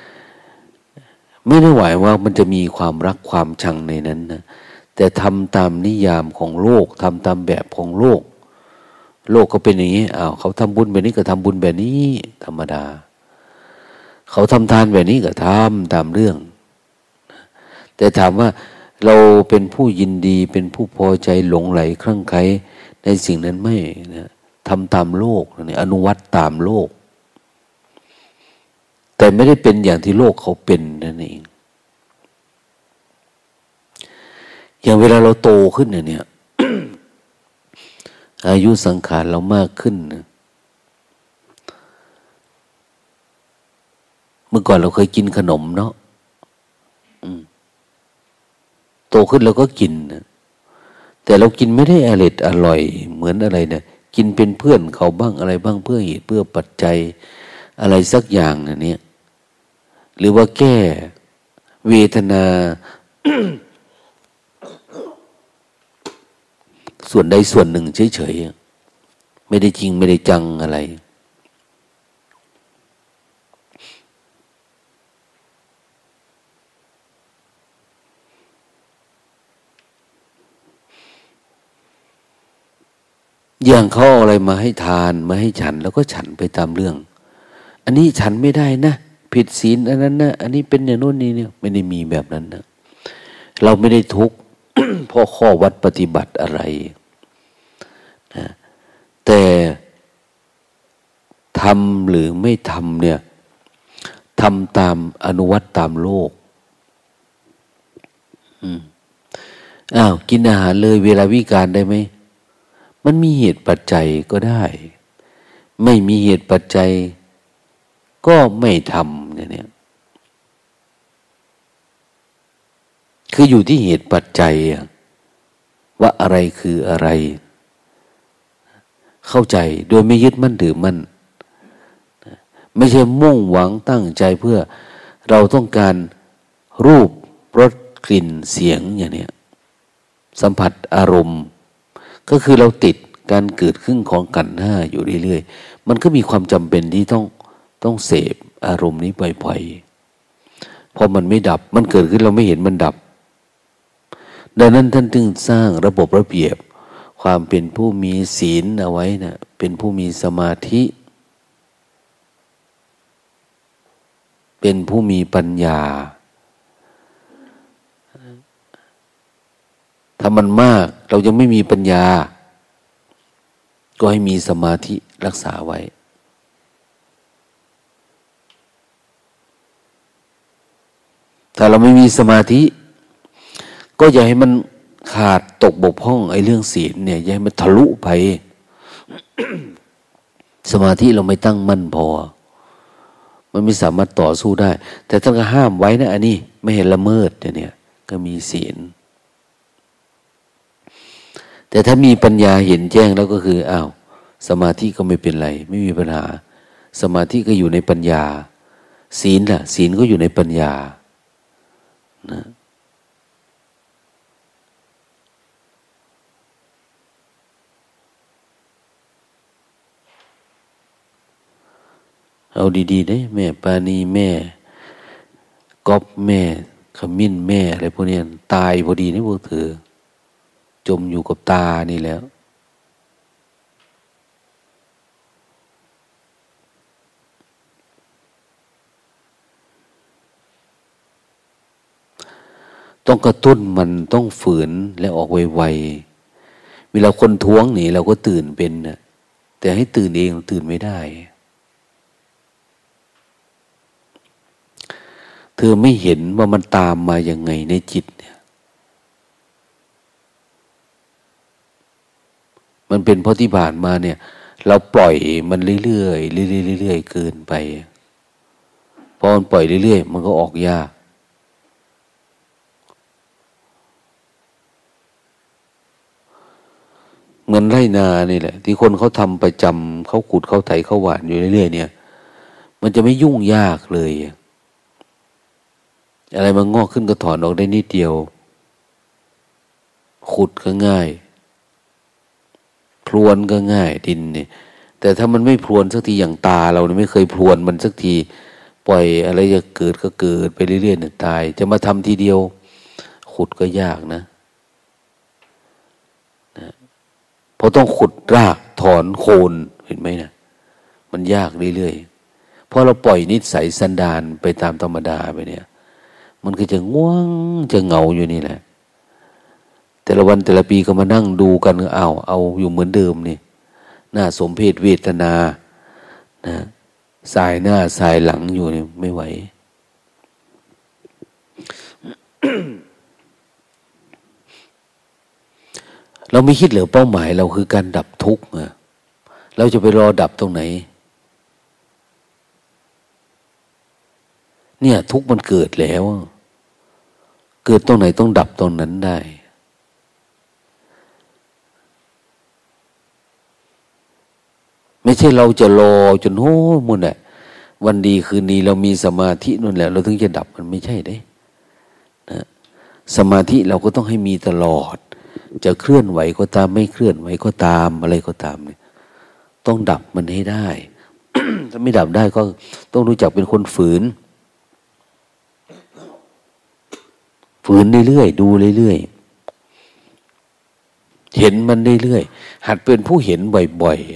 ไม่ได้หมายว่ามันจะมีความรักความชังในนั้นนะแต่ทำตามนิยามของโลกทำตามแบบของโลกโลกก็เป็นอย่างนี้อ้าวเขาทำบุญแบบนี้ก็ทำบุญแบบนี้ธรรมดาเขาทำทานแบบนี้ก็ทำตามเรื่องแต่ถามว่าเราเป็นผู้ยินดีเป็นผู้พอใจหลงไหลคลั่งไคล้ในสิ่งนั้นไม่นะทำตามโลกนี่อนุวัตตามโลกแต่ไม่ได้เป็นอย่างที่โลกเขาเป็นนั่นเองอย่างเวลาเราโตขึ้นเนี่ย อายุสังขารเรามากขึ้นนะเมื่อก่อนเราเคยกินขนมเนาะโตขึ้นเราก็กินนะแต่เรากินไม่ได้อร่อยอร่อยเหมือนอะไรเนี่ยกินเป็นเพื่อนเขาบ้างอะไรบ้างเพื่อเหตุเพื่อปัจจัยอะไรสักอย่างเนี่ยหรือว่าแก้เวทนาส่วนใดส่วนหนึ่งเฉยๆไม่ได้จริงไม่ได้จังอะไรอย่างเขาเอาอะไรมาให้ทานมาให้ฉันแล้วก็ฉันไปตามเรื่องอันนี้ฉันไม่ได้นะผิดศีลอันนั้นนะอันนี้เป็นอย่างโน้นนี่เนี่ยไม่ได้มีแบบนั้นนะเราไม่ได้ทุกข์ เพราะข้อวัดปฏิบัติอะไรนะแต่ทำหรือไม่ทำเนี่ยทำตามอนุวัตตามโลกอืมอ้าวกินอาหารเลยเวลาวิกาลได้ไหมมันมีเหตุปัจจัยก็ได้ไม่มีเหตุปัจจัยก็ไม่ทำเนี่ยคืออยู่ที่เหตุปัจจัยว่าอะไรคืออะไรเข้าใจโดยไม่ยึดมั่นถือมั่นไม่ใช่มุ่งหวังตั้งใจเพื่อเราต้องการรูปรสกลิ่นเสียงอย่างเนี้ยสัมผัสอารมณ์ก็คือเราติดการเกิดขึ้นของขันธ์ห้าอยู่เรื่อยๆมันก็มีความจำเป็นที่ต้องต้องเสพอารมณ์นี้บ่อยๆพอมันไม่ดับมันเกิดขึ้นเราไม่เห็นมันดับดังนั้นท่านจึงสร้างระบบระเบียบความเป็นผู้มีศีลเอาไว้นะเป็นผู้มีสมาธิเป็นผู้มีปัญญาถ้ามันมากเรายังไม่มีปัญญาก็ให้มีสมาธิรักษาไว้ถ้าเราไม่มีสมาธิก็อย่าให้มันขาดตกบกพร่องไอ้เรื่องศีลเนี่ยอย่าให้มันทะลุไป สมาธิเราไม่ตั้งมั่นพอมันไม่สามารถต่อสู้ได้แต่ท่านก็ห้ามไว้นะอันนี้ไม่เห็นละเมิดเนี่ยก็มีศีลแต่ถ้ามีปัญญาเห็นแจ้งแล้วก็คืออ้าวสมาธิก็ไม่เป็นไรไม่มีปัญหาสมาธิก็อยู่ในปัญญาศีลล่ะศีลก็อยู่ในปัญญานะเอาดีๆได้แม่ปานีแม่ก๊อปแม่ขมิ้นแม่อะไรพวกนี้ตายพอดีนี่พวกเธอจมอยู่กับตานี่แล้วต้องกระตุ้นมันต้องฝืนและออกไวๆเวลาคนท้วงหนีเราก็ตื่นเป็นนะแต่ให้ตื่นเองตื่นไม่ได้เธอไม่เห็นว่ามันตามมายังไงในจิตเนี่ยมันเป็นเพราะที่ผ่านมาเนี่ยเราปล่อยมันเรื่อยๆเรื่อยๆเรื่อยๆเกินไปพอมันปล่อยเรื่อยๆมันก็ออกยากเหมือนไรนานี่แหละที่คนเขาทำประจำเขาขุดเขาไถเขาหว่านอยู่เรื่อยๆเนี่ยมันจะไม่ยุ่งยากเลยอะไรมันงอกขึ้นก็ถอนออกได้นิดเดียวขุดก็ง่ายพรวนก็ง่ายดินเนี่ยแต่ถ้ามันไม่พรวนสักทีอย่างตาเราเนี่ยไม่เคยพรวนมันสักทีปล่อยอะไรจะเกิดก็เกิดไปเรื่อยๆเนี่ยตายจะมาทำทีเดียวขุดก็ยากนะนะเพราะต้องขุดรากถอนโคนเห็นไหมนะมันยากเรื่อยๆเพราะเราปล่อยนิสัยสันดานไปตามธรรมดาไปเนี่ยมันก็จะง่วงจะเหงาอยู่นี่แหละแต่ละวันแต่ละปีก็มานั่งดูกันเอาเอาอยู่เหมือนเดิมนี่หน้าสมเพศเวทนานะสายหน้าสายหลังอยู่นี่ไม่ไหว เราไม่คิดเหรอเป้าหมายเราคือการดับทุกข์อะเราจะไปรอดับตรงไหนเนี่ยทุกข์มันเกิดแล้วเกิดตรงไหนต้องดับตรงนั้นได้ไม่ใช่เราจะรอจนโอ้มุ่นแหละวันดีคืนดีเรามีสมาธินั่นแหละเราถึงจะดับมันไม่ใช่เด้นะสมาธิเราก็ต้องให้มีตลอดจะเคลื่อนไหวก็ตามไม่เคลื่อนไหวก็ตามอะไรก็ตามเนี่ยต้องดับมันให้ได้ ถ้าไม่ดับได้ก็ต้องรู้จักเป็นคนฝืนฝืนเรื่อยๆดูเรื่อยๆเห็นมันเรื่อยๆหัดเป็นผู้เห็นบ่อย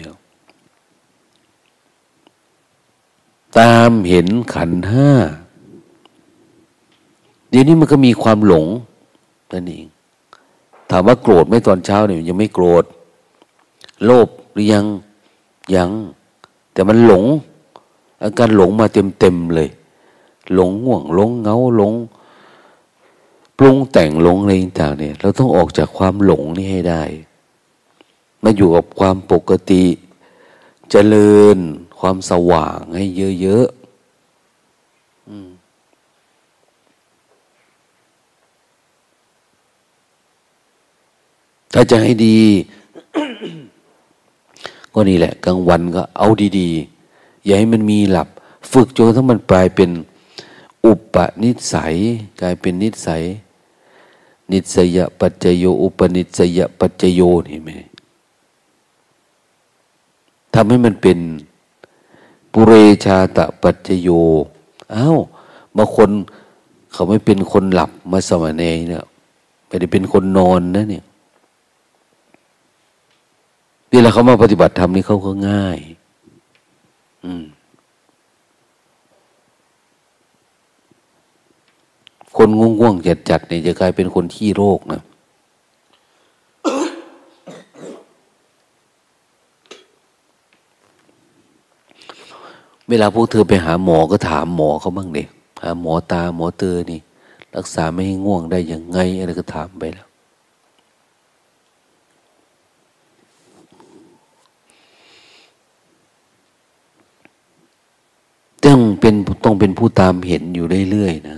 ๆตามเห็นขันธ์ห้าเดี๋ยวนี้มันก็มีความหลงนั่นเองถามว่าโกรธไหมตอนเช้าเนี่ยยังไม่โกรธโลภหรือยังยังแต่มันหลงอาการหลงมาเต็มๆเลยหลงง่วงหลงเหงาหลงปรุงแต่งหลงอะไรต่างๆเนี่ยเราต้องออกจากความหลงนี่ให้ได้มาอยู่กับความปกติเจริญความสว่างให้เยอะๆถ้าจะให้ดี ก็นี่แหละกลางวันก็เอาดีๆอย่าให้มันมีหลับฝึกจนทั้งมันกลายเป็นอุปนิสัยกลายเป็นนิสัยนิสัยปัจจโยอุปนิสัยปัจจโยนี่ไหมทำให้มันเป็นปุเรชาตปัจจโยอ้าวบางคนเขาไม่เป็นคนหลับมาสมาเนยเนี่ยไม่ได้เป็นคนนอนนะเนี่ยเวลาเขามาปฏิบัติธรรมนี่เขาก็ง่ายอืมคนง่วงๆจัดๆเนี่ยจะกลายเป็นคนขี้โรคนะ เวลาพวกเธอไปหาหมอก็ถามหมอเขาบ้างดิหาหมอตาหมอเตอนี่รักษาไม่ให้ง่วงได้ยังไงอะไรก็ถามไปแล้วต้องเป็นต้องเป็นผู้ตามเห็นอยู่เรื่อยๆนะ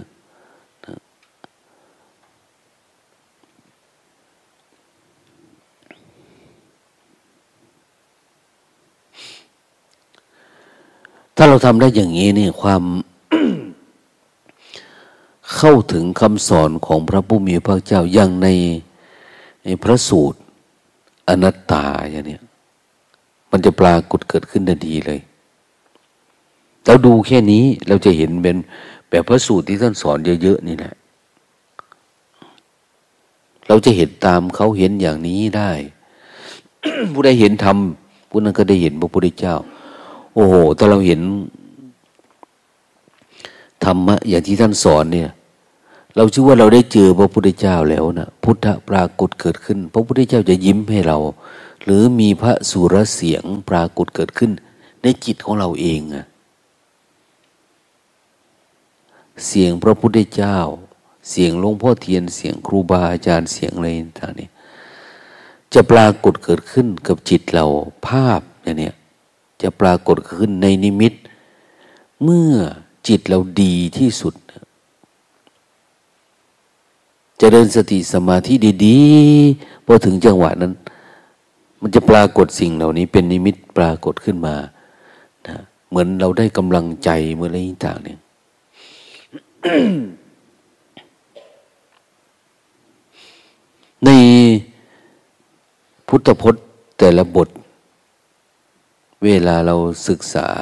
ถ้าเราทำได้อย่างนี้เนี่ยความ เข้าถึงคำสอนของพระผู้มีพระเจ้าอย่างในในพระสูตรอนัตตาอย่างนี้มันจะปรากฏเกิดขึ้นทันทีเลยเราดูแค่นี้เราจะเห็นเป็นแบบพระสูตรที่ท่านสอนเยอะๆนี่แหละเราจะเห็นตามเขาเห็นอย่างนี้ได้ ผู้ใดเห็นธรรมผู้นั้นก็ได้เห็นพระพุทธเจ้าโอ้โหถ้าเราเห็นธรรมะอย่างที่ท่านสอนเนี่ยเราชื่อว่าเราได้เจอพระพุทธเจ้าแล้วนะพุทธปรากฏเกิดขึ้นพระพุทธเจ้าจะยิ้มให้เราหรือมีพระสุรเสียงปรากฏเกิดขึ้นในจิตของเราเองอะเสียงพระพุทธเจ้าเสียงหลวงพ่อเทียนเสียงครูบาอาจารย์เสียงอะไรต่างๆนี่จะปรากฏเกิดขึ้นกับจิตเราภาพอย่างเนี้ยจะปรากฏขึ้นในนิมิตเมื่อจิตเราดีที่สุดเจริญสติสมาธิดีๆพอถึงจังหวะนั้นมันจะปรากฏสิ่งเหล่านี้เป็นนิมิตปรากฏขึ้นมานะเหมือนเราได้กำลังใจเมื่อไรต่างเนี่ย ในพุทธพจน์แต่ละบทเวลาเราศึกษา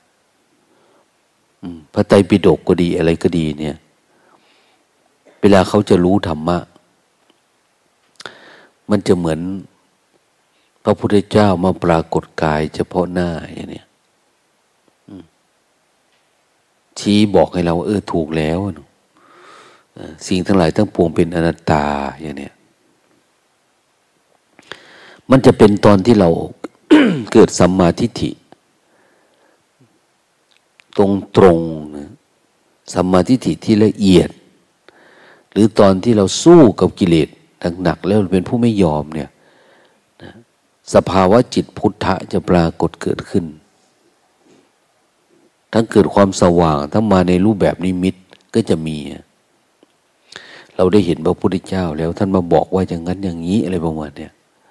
พระไตรปิฎกก็ดีอะไรก็ดีเนี่ยเวลาเขาจะรู้ธรรมะมันจะเหมือนพระพุทธเจ้ามาปรากฏกายเฉพาะหน้าอย่างนี้ชี้บอกให้เราเออถูกแล้วสิ่งทั้งหลายทั้งปวงเป็นอนัตตาอย่างนี้มันจะเป็นตอนที่เรา เกิดสัมมาทิฏฐิตรงตรงนะสัมมาทิฏฐิที่ละเอียดหรือตอนที่เราสู้กับกิเลสหนักๆแล้วเป็นผู้ไม่ยอมเนี่ยนะสภาวะจิตพุทธะจะปรากฏเกิดขึ้นทั้งเกิดความสว่างทั้งมาในรูปแบบนิมิตก็จะมีเราได้เห็นพระพุทธเจ้าแล้วท่านมาบอกว่าอย่างนั้นอย่างนี้อะไรประมาณเนี้ย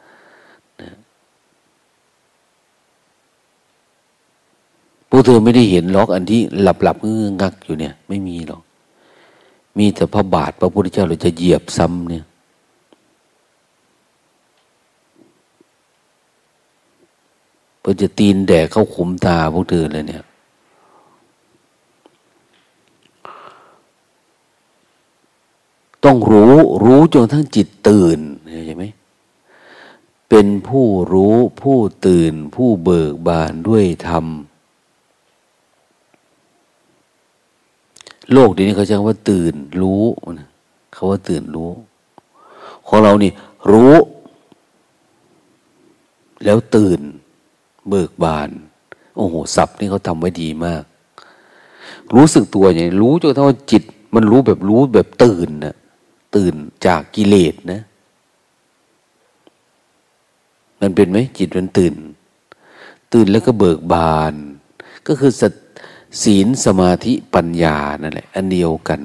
พวกเธอไม่ได้เห็นหรอกอันที่หลับหลับงึกงักอยู่เนี่ยไม่มีหรอกมีแต่พระบาทพระพุทธเจ้าเราจะเหยียบซ้ำเนี่ยพื่อจะตีนแดกเข้าขุมตาพวกเธอเลยเนี่ยต้องรู้รู้จนทั้งจิตตื่นเห็นไหมเป็นผู้รู้ผู้ตื่นผู้เบิกบานด้วยธรรมโลกเดี๋ยวนี้เขาใช้คำว่าตื่นรู้เขาว่าตื่นรู้ของเรานี่รู้แล้วตื่นเบิกบานโอ้โหศัพท์นี่เขาทำไว้ดีมากรู้สึกตัวอย่างนี้รู้จนทั้งว่าจิตมันรู้แบบรู้แบบตื่นนะตื่นจากกิเลสนะมันเป็นไหมจิตมันตื่นตื่นแล้วก็เบิกบานก็คือศีลสมาธิปัญญานั่นแหละอันเดียวกัน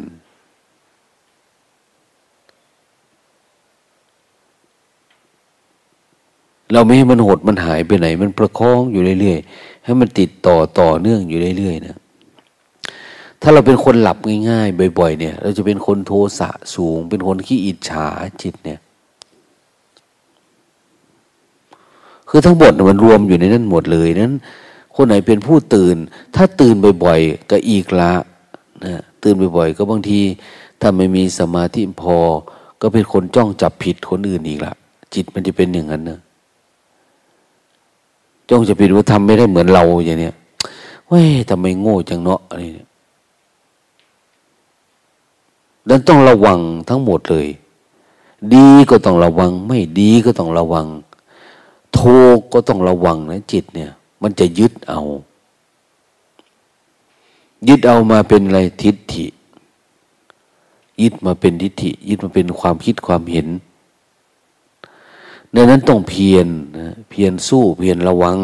เราไม่ให้มันหดมันหายไปไหนมันประคองอยู่เรื่อยๆให้มันติดต่อต่อเนื่องอยู่เรื่อยๆนะถ้าเราเป็นคนหลับง่ายๆบ่อยๆเนี่ยเราจะเป็นคนโทสะสูงเป็นคนขี้อิจฉาจิตเนี่ยคือทั้งหมดมันรวมอยู่ในนั้นหมดเลยนั้นคนไหนเป็นผู้ตื่นถ้าตื่นบ่อยๆก็อีกละนะตื่นบ่อยๆก็บางทีถ้าไม่มีสมาธิพอก็เป็นคนจ้องจับผิดคนอื่นอีกละจิตมันจะเป็นอย่างนั้นนะจ้องจะผิดว่าทำไม่ได้เหมือนเราอย่างเนี้ยเว้ยทำไมโง่จังเนาะอะไรเนี่ยดังนั้นต้องระวังทั้งหมดเลยดีก็ต้องระวังไม่ดีก็ต้องระวังถูกก็ต้องระวังนะจิตเนี่ยมันจะยึดเอายึดเอามาเป็นอะไรทิฏฐิยึดมาเป็นทิฏฐิยึดมาเป็นความคิดความเห็นดังนั้นต้องเพียรนะเพียรสู้เพียรระวัง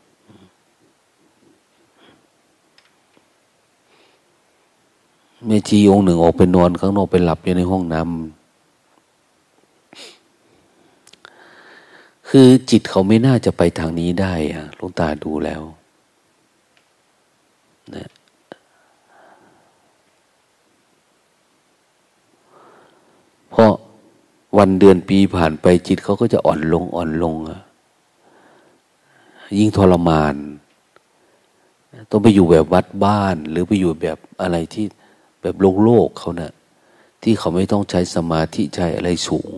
แม่ชีองค์หนึ่งออกไปนอนข้างนอกไปหลับอยู่ในห้องน้ำคือจิตเขาไม่น่าจะไปทางนี้ได้อะหลวงตาดูแล้วนะเพราะวันเดือนปีผ่านไปจิตเขาก็จะอ่อนลงอ่อนลงอะยิ่งทรมานต้องไปอยู่แบบวัดบ้านหรือไปอยู่แบบอะไรที่แบบโลกโลกเขานะ่ะที่เขาไม่ต้องใช้สมาธิใช้อะไรสูง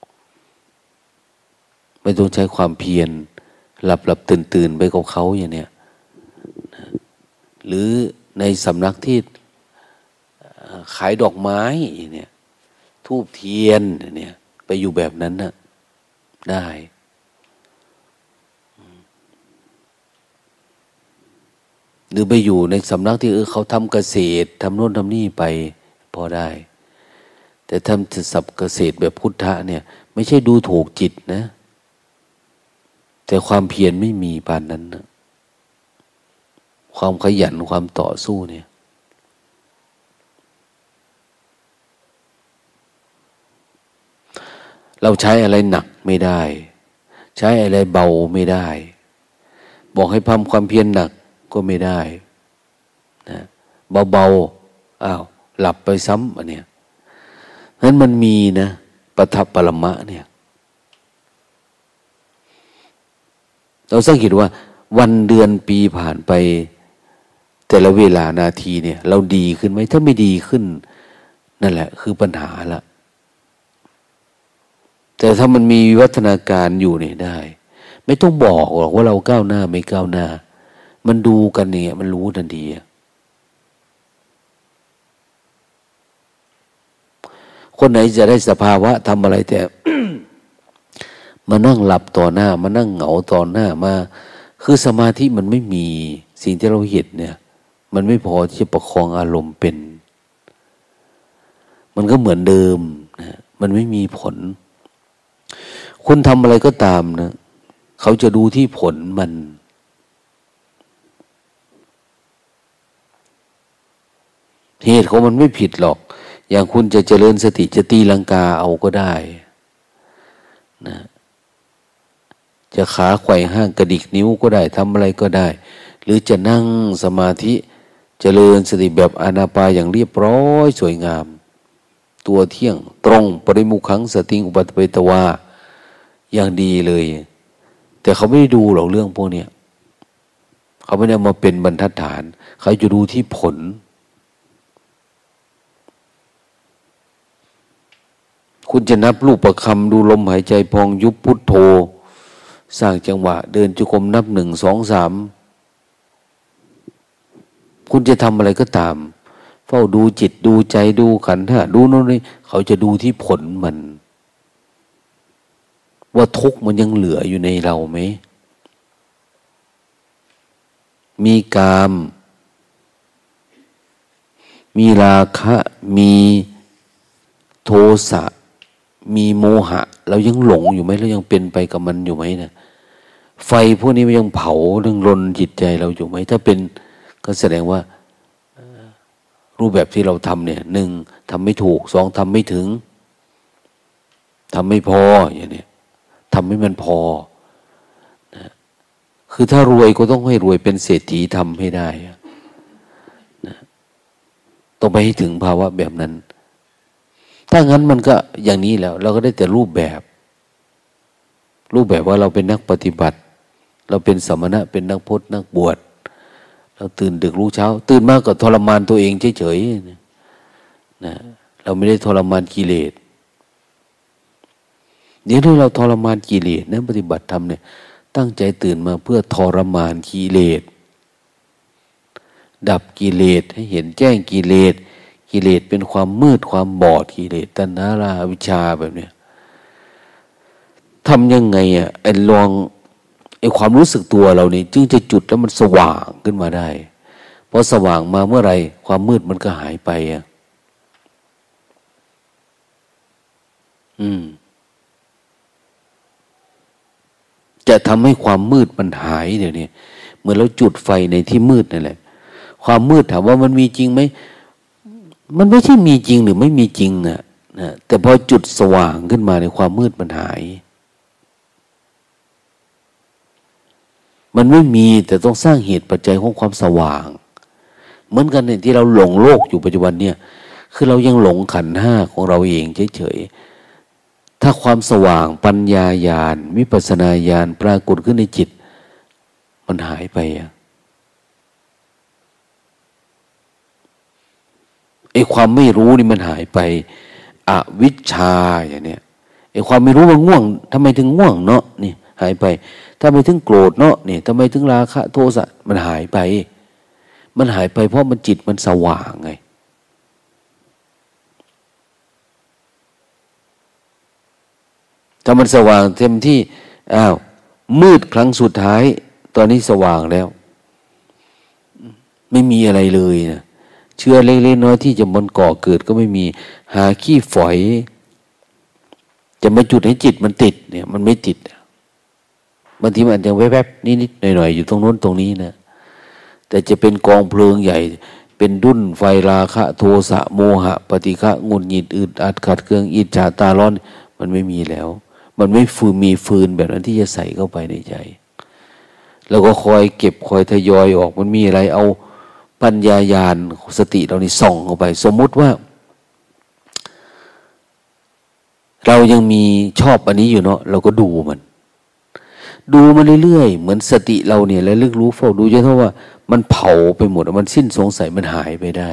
ไม่ต้องใช้ความเพียรหลับหลับตื่นตื่นไปกับเขาอย่างเนี้ยหรือในสำนักที่ขายดอกไม้อย่างเนี้ยธูปเทียนอย่างเนี้ยไปอยู่แบบนั้นน่ะได้หรือไปอยู่ในสำนักที่เออเขาทำเกษตรทำโน่นทำนี่ไปพอได้แต่ทำสับเกษตรแบบพุทธะเนี่ยไม่ใช่ดูถูกจิตนะแต่ความเพียรไม่มีปานนั้นนะความขยันความต่อสู้เนี่ยเราใช้อะไรหนักไม่ได้ใช้อะไรเบาไม่ได้บอกให้ทำความเพียรหนักก็ไม่ได้นะเบาๆอ้าวหลับไปซ้ำอันเนี้ยนั้นมันมีนะปทัปปรมะเนี่ยเราสังเกตว่าวันเดือนปีผ่านไปแต่ละเวลานาทีเนี่ยเราดีขึ้นไหมถ้าไม่ดีขึ้นนั่นแหละคือปัญหาละแต่ถ้ามันมีวิวัฒนาการอยู่เนี่ยได้ไม่ต้องบอกหรอกว่าเราก้าวหน้าไม่ก้าวหน้ามันดูกันเนี่ยมันรู้ทันทีคนไหนจะได้สภาวะทำอะไรแต่ มานั่งหลับต่อหน้ามานั่งเหงาต่อหน้ามาคือสมาธิมันไม่มีสิ่งที่เราเห็นเนี่ยมันไม่พอที่จะประคองอารมณ์เป็นมันก็เหมือนเดิมนะมันไม่มีผลคุณทำอะไรก็ตามนะเขาจะดูที่ผลมันเหตุของมันไม่ผิดหรอกอย่างคุณจะเจริญสติจะตีลังกาเอาก็ได้นะจะขาไขว่ห้างกระดิกนิ้วก็ได้ทำอะไรก็ได้หรือจะนั่งสมาธิเจริญสติแบบอานาปานอย่างเรียบร้อยสวยงามตัวเที่ยงตรงปริมุขังสติงอุปัฏฐเปตวาอย่างดีเลยแต่เขาไม่ได้ดูหรอกเรื่องพวกเนี้ยเขาไม่ได้มาเป็นบรรทัดฐานเขาจะดูที่ผลคุณจะนับรูปประคำดูลมหายใจพองยุบพุทโธสร้างจังหวะเดินจุกรมนับหนึ่งสองสามคุณจะทำอะไรก็ตามเฝ้าดูจิตดูใจดูขันธ์ห้าดูโน่นนี่เขาจะดูที่ผลมันว่าทุกข์มันยังเหลืออยู่ในเราไหมมีกาม มีราคะมีโทสะมีโมหะเรายังหลงอยู่ไหมเรายังเป็นไปกับมันอยู่ไหมเนี่ยไฟพวกนี้มันยังเผาเรื่องรนจิตใจเราอยู่ไหมถ้าเป็นก็แสดงว่ารูปแบบที่เราทำเนี่ยหนึ่งทำไม่ถูกสองทำไม่ถึงทำไม่พออย่างนี้ทำให้มันพอนะคือถ้ารวยก็ต้องให้รวยเป็นเศรษฐีทำให้ได้นะต้องไปให้ถึงภาวะแบบนั้นถ้างั้นมันก็อย่างนี้แล้วเราก็ได้แต่รูปแบบรูปแบบว่าเราเป็นนักปฏิบัติเราเป็นสมณะเป็นนักพจน์นักบวชเราตื่นดึกรู้เช้าตื่นมากก็ทรมานตัวเองเฉยๆนะเราไม่ได้ทรมานกิเลสเดี๋ยวนี้เราทรมานกิเลสนะปฏิบัติธรรมเนี่ยตั้งใจตื่นมาเพื่อทรมานกิเลสดับกิเลสให้เห็นแจ้งกิเลสกิเลสเป็นความมืดความบอดกิเลสตัณหาราคะวิชาแบบเนี้ยทำยังไงอ่ะไอ้ลองไอ้ความรู้สึกตัวเรานี่จึงจะจุดแล้วมันสว่างขึ้นมาได้พอสว่างมาเมื่อไหร่ความมืดมันก็หายไปอ่ะอืมจะทำให้ความมืดมันหายเดี๋ยวนี้เหมือนเราจุดไฟในที่มืดนั่นแหละความมืดถามว่ามันมีจริงไหมมันไม่ใช่มีจริงหรือไม่มีจริงนะนะแต่พอจุดสว่างขึ้นมาในความมืดมันหายมันไม่มีแต่ต้องสร้างเหตุปัจจัยของความสว่างเหมือนกันเนี่ยที่เราหลงโลกอยู่ปัจจุบันเนี่ยคือเรายังหลงขันธ์ห้าของเราเองเฉยๆถ้าความสว่างปัญญาญาณวิปัสสนาญาณปรากฏขึ้นในจิตมันหายไปอะไอ้ความไม่รู้นี่มันหายไปอวิชชาอย่างเนี้ยไอ้ความไม่รู้ว่าง่วงทำไมถึงง่วงเนาะนี่หายไปทำไมถึงโกรธเนาะนี่ทำไมถึงราคะโทสะมันหายไปมันหายไปเพราะมันจิตมันสว่างไงถ้ามันสว่างเต็มที่อ้าวมืดครั้งสุดท้ายตอนนี้สว่างแล้วไม่มีอะไรเลยนะเชื้อเล็กๆน้อยที่จะมันก่อเกิดก็ไม่มีหาขี้ฝอยจะมาจุดให้จิตมันติดเนี่ยมันไม่ติดบางทีมันยังแวบๆนิดๆหน่อยๆอยู่ตรงโน้นตรงนี้นะแต่จะเป็นกองเพลิงใหญ่เป็นดุ้นไฟราคะโทสะโมหะปฏิฆะงุนหงิดอึดอัดขัดเคืองอิจฉาตาร้อนมันไม่มีแล้วมันไม่ฟืนมีฟืนแบบนั้นที่จะใส่เข้าไปในใจแล้วก็คอยเก็บคอยทยอยออกมันมีอะไรเอาปัญญาญาณสติเรานี่ส่องเข้าไปสมมุติว่าเรายังมีชอบอันนี้อยู่เนาะเราก็ดูมันดูมันเรื่อยๆเหมือนสติเราเนี่ยแล้วลึกรู้เฝ้าดูจนเท่าว่ามันเผาไปหมดมันสิ้นสงสัยมันหายไปได้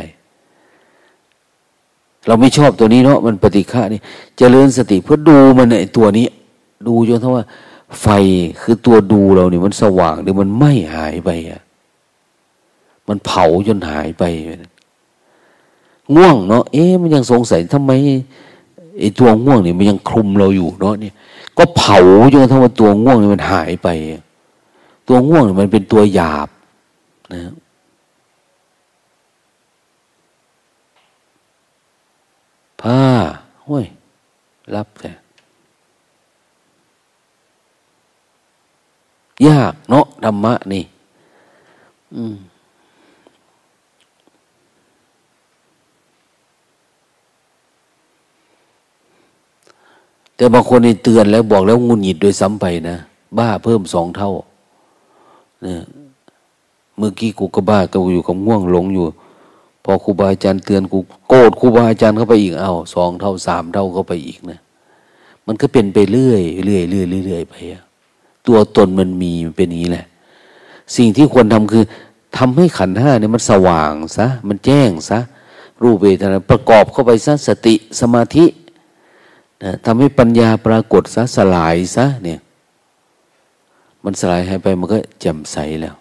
เราไม่ชอบตัวนี้เนาะมันปฏิฆะนี่เจริญสติเพื่อดูมันไอ้ตัวนี้ดูจนเท่าว่าไฟคือตัวดูเราเนี่ยมันสว่างหรือมันไม่หายไปอะมันเผาจนหายไปง่วงเนาะเอ๊ะมันยังสงสัยทำไมไอ้ตัวง่วงเนี่ยมันยังคลุมเราอยู่เนาะเนี่ยก็เผาจนกระทั่งว่าตัวง่วงเนี่ยมันหายไปตัวง่วงเนี่ยมันเป็นตัวหยาบนะผ้าห้วยรับแต่ยากเนาะธรรมะนี่อืมแต่บางคนนี่เตือนแล้วบอกแล้วงุนหงิดโดยซ้ำไปนะบ้าเพิ่มสองเท่าเนี่ยเมื่อกี้กูก็บ้าก็อยู่กับง่วงหลงอยู่พอครูบาอาจารย์เตือนกูโกรธครูบาอาจารย์เข้าไปอีกเอาสองเท่าสามเท่าเข้าไปอีกนะมันก็เป็นไปเรื่อยเรื่อยเรื่อยเรื่อยไปตัวตนมันมีมันเป็นอย่างนี้แหละสิ่งที่ควรทำคือทำให้ขันธ์ห้าเนี่ยมันสว่างซะมันแจ้งซะรูปเวทนาประกอบเข้าไปซะสติสมาธินะทำให้ปัญญาปรากฏซะสลายซะเนี่ยมันสลายหายไปมันก็แจ่มใสแล้ว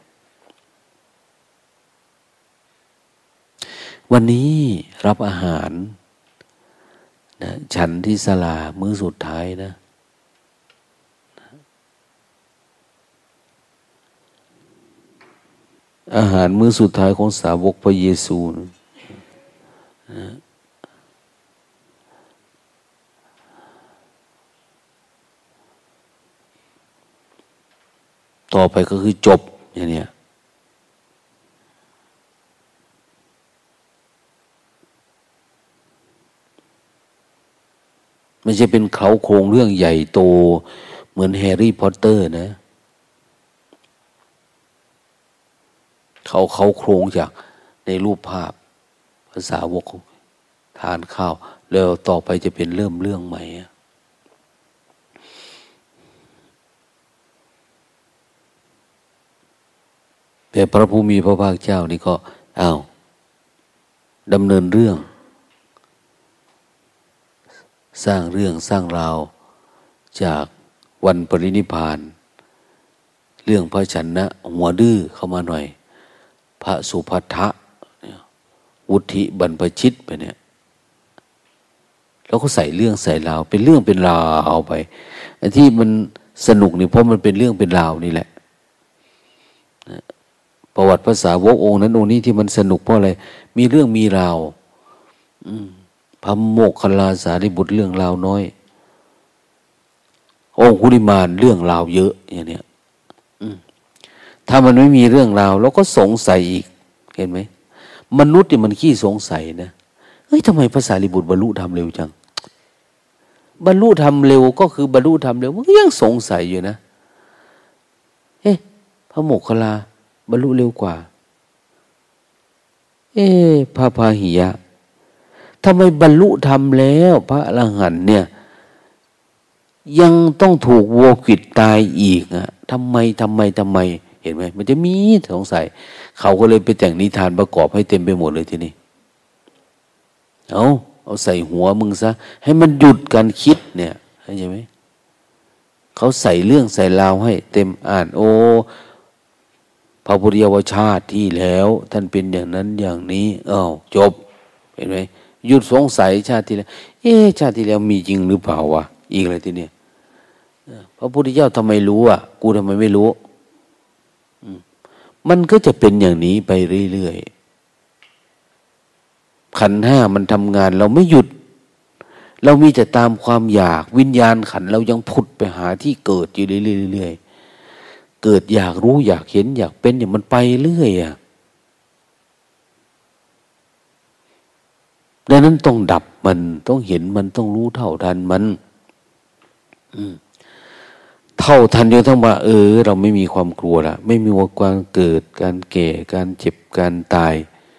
วันนี้รับอาหารนะฉันที่ศาลามื้อสุดท้ายนะอาหารมื้อสุดท้ายของสาวกพระเยซูนะต่อไปก็คือจบอย่างเนี้ยไม่ใช่เป็นเขาโครงเรื่องใหญ่โตเหมือนแฮร์รี่พอตเตอร์นะเขาเขาโครงจากในรูปภาพภาษาวกทานข้าวแล้วต่อไปจะเป็นเริ่มเรื่องใหม่แต่พระผู้มีพระภาคเจ้านี่ก็อ้าวดำเนินเรื่องสร้างเรื่องสร้างราวจากวันปรินิพพานเรื่องพระชนะหัวดื้อเข้ามาหน่อยพระสุภัททะวุฒิบรรพชิตไปเนี่ยแล้วก็ใส่เรื่องใส่ราวเป็นเรื่องเป็นราวไปไอ้ที่มันสนุกนี่เพราะมันเป็นเรื่องเป็นราวนี่แหละประวัติภาษาวกองค์นั้นองค์นี้ที่มันสนุกเพราะอะไรมีเรื่องมีราวพระโมคคัลลาสารีบุตรเรื่องราวน้อยองคุลิมานเรื่องราวเยอะอย่างเนี้ยถ้ามันไม่มีเรื่องราวเราก็สงสัยอีกเห็นไหมมนุษย์เนี่ยมันขี้สงสัยนะเฮ้ยทำไมพระสารีบุตรบรรลุธรรมเร็วจังบรรลุธรรมเร็วก็คือบรรลุธรรมเร็วมันก็ยังสงสัยอยู่นะเอ๊ะพระโมคคัลลาบรรลุเร็วกว่าเอ๊ะพระพาหิยะทำไมบรรลุธรรมแล้วพระอรหันต์เนี่ยยังต้องถูกวัวขวิดตายอีกอ่ะทำไมทำไมทำไมเห็นไหมมันจะมีสงสัยเขาก็เลยไปแต่งนิทานประกอบให้เต็มไปหมดเลยทีนี้เอาเอาใส่หัวมึงซะให้มันหยุดการคิดเนี่ยเข้าใจไหมเขาใส่เรื่องใส่ราวให้เต็มอ่านโอพระพุทธเจ้าชาติที่แล้วท่านเป็นอย่างนั้นอย่างนี้อ้าวจบเห็นไหมหยุดสงสัยชาติที่แล้วเอ๊ะชาติที่แล้วมีจริงหรือเปล่าวะอีกอะไรทีเนี้ยพระพุทธเจ้าทำไมรู้อ่ะกูทำไมไม่รู้มันก็จะเป็นอย่างนี้ไปเรื่อยๆขันธ์ห้ามันทำงานเราไม่หยุดเรามีแต่ตามความอยากวิญญาณขันธ์เรายังผุดไปหาที่เกิดอยู่เรื่อยๆเกิดอยากรู้อยากเห็นอยากเป็นอย่างมันไปเรื่อยอ่ะดังนั้นต้องดับมันต้องเห็นมันต้องรู้เท่าทันมันเท่าทันจนทั้งว่าเออเราไม่มีความกลัวละไม่มีว่าการเกิดการแก่การเจ็บการตาย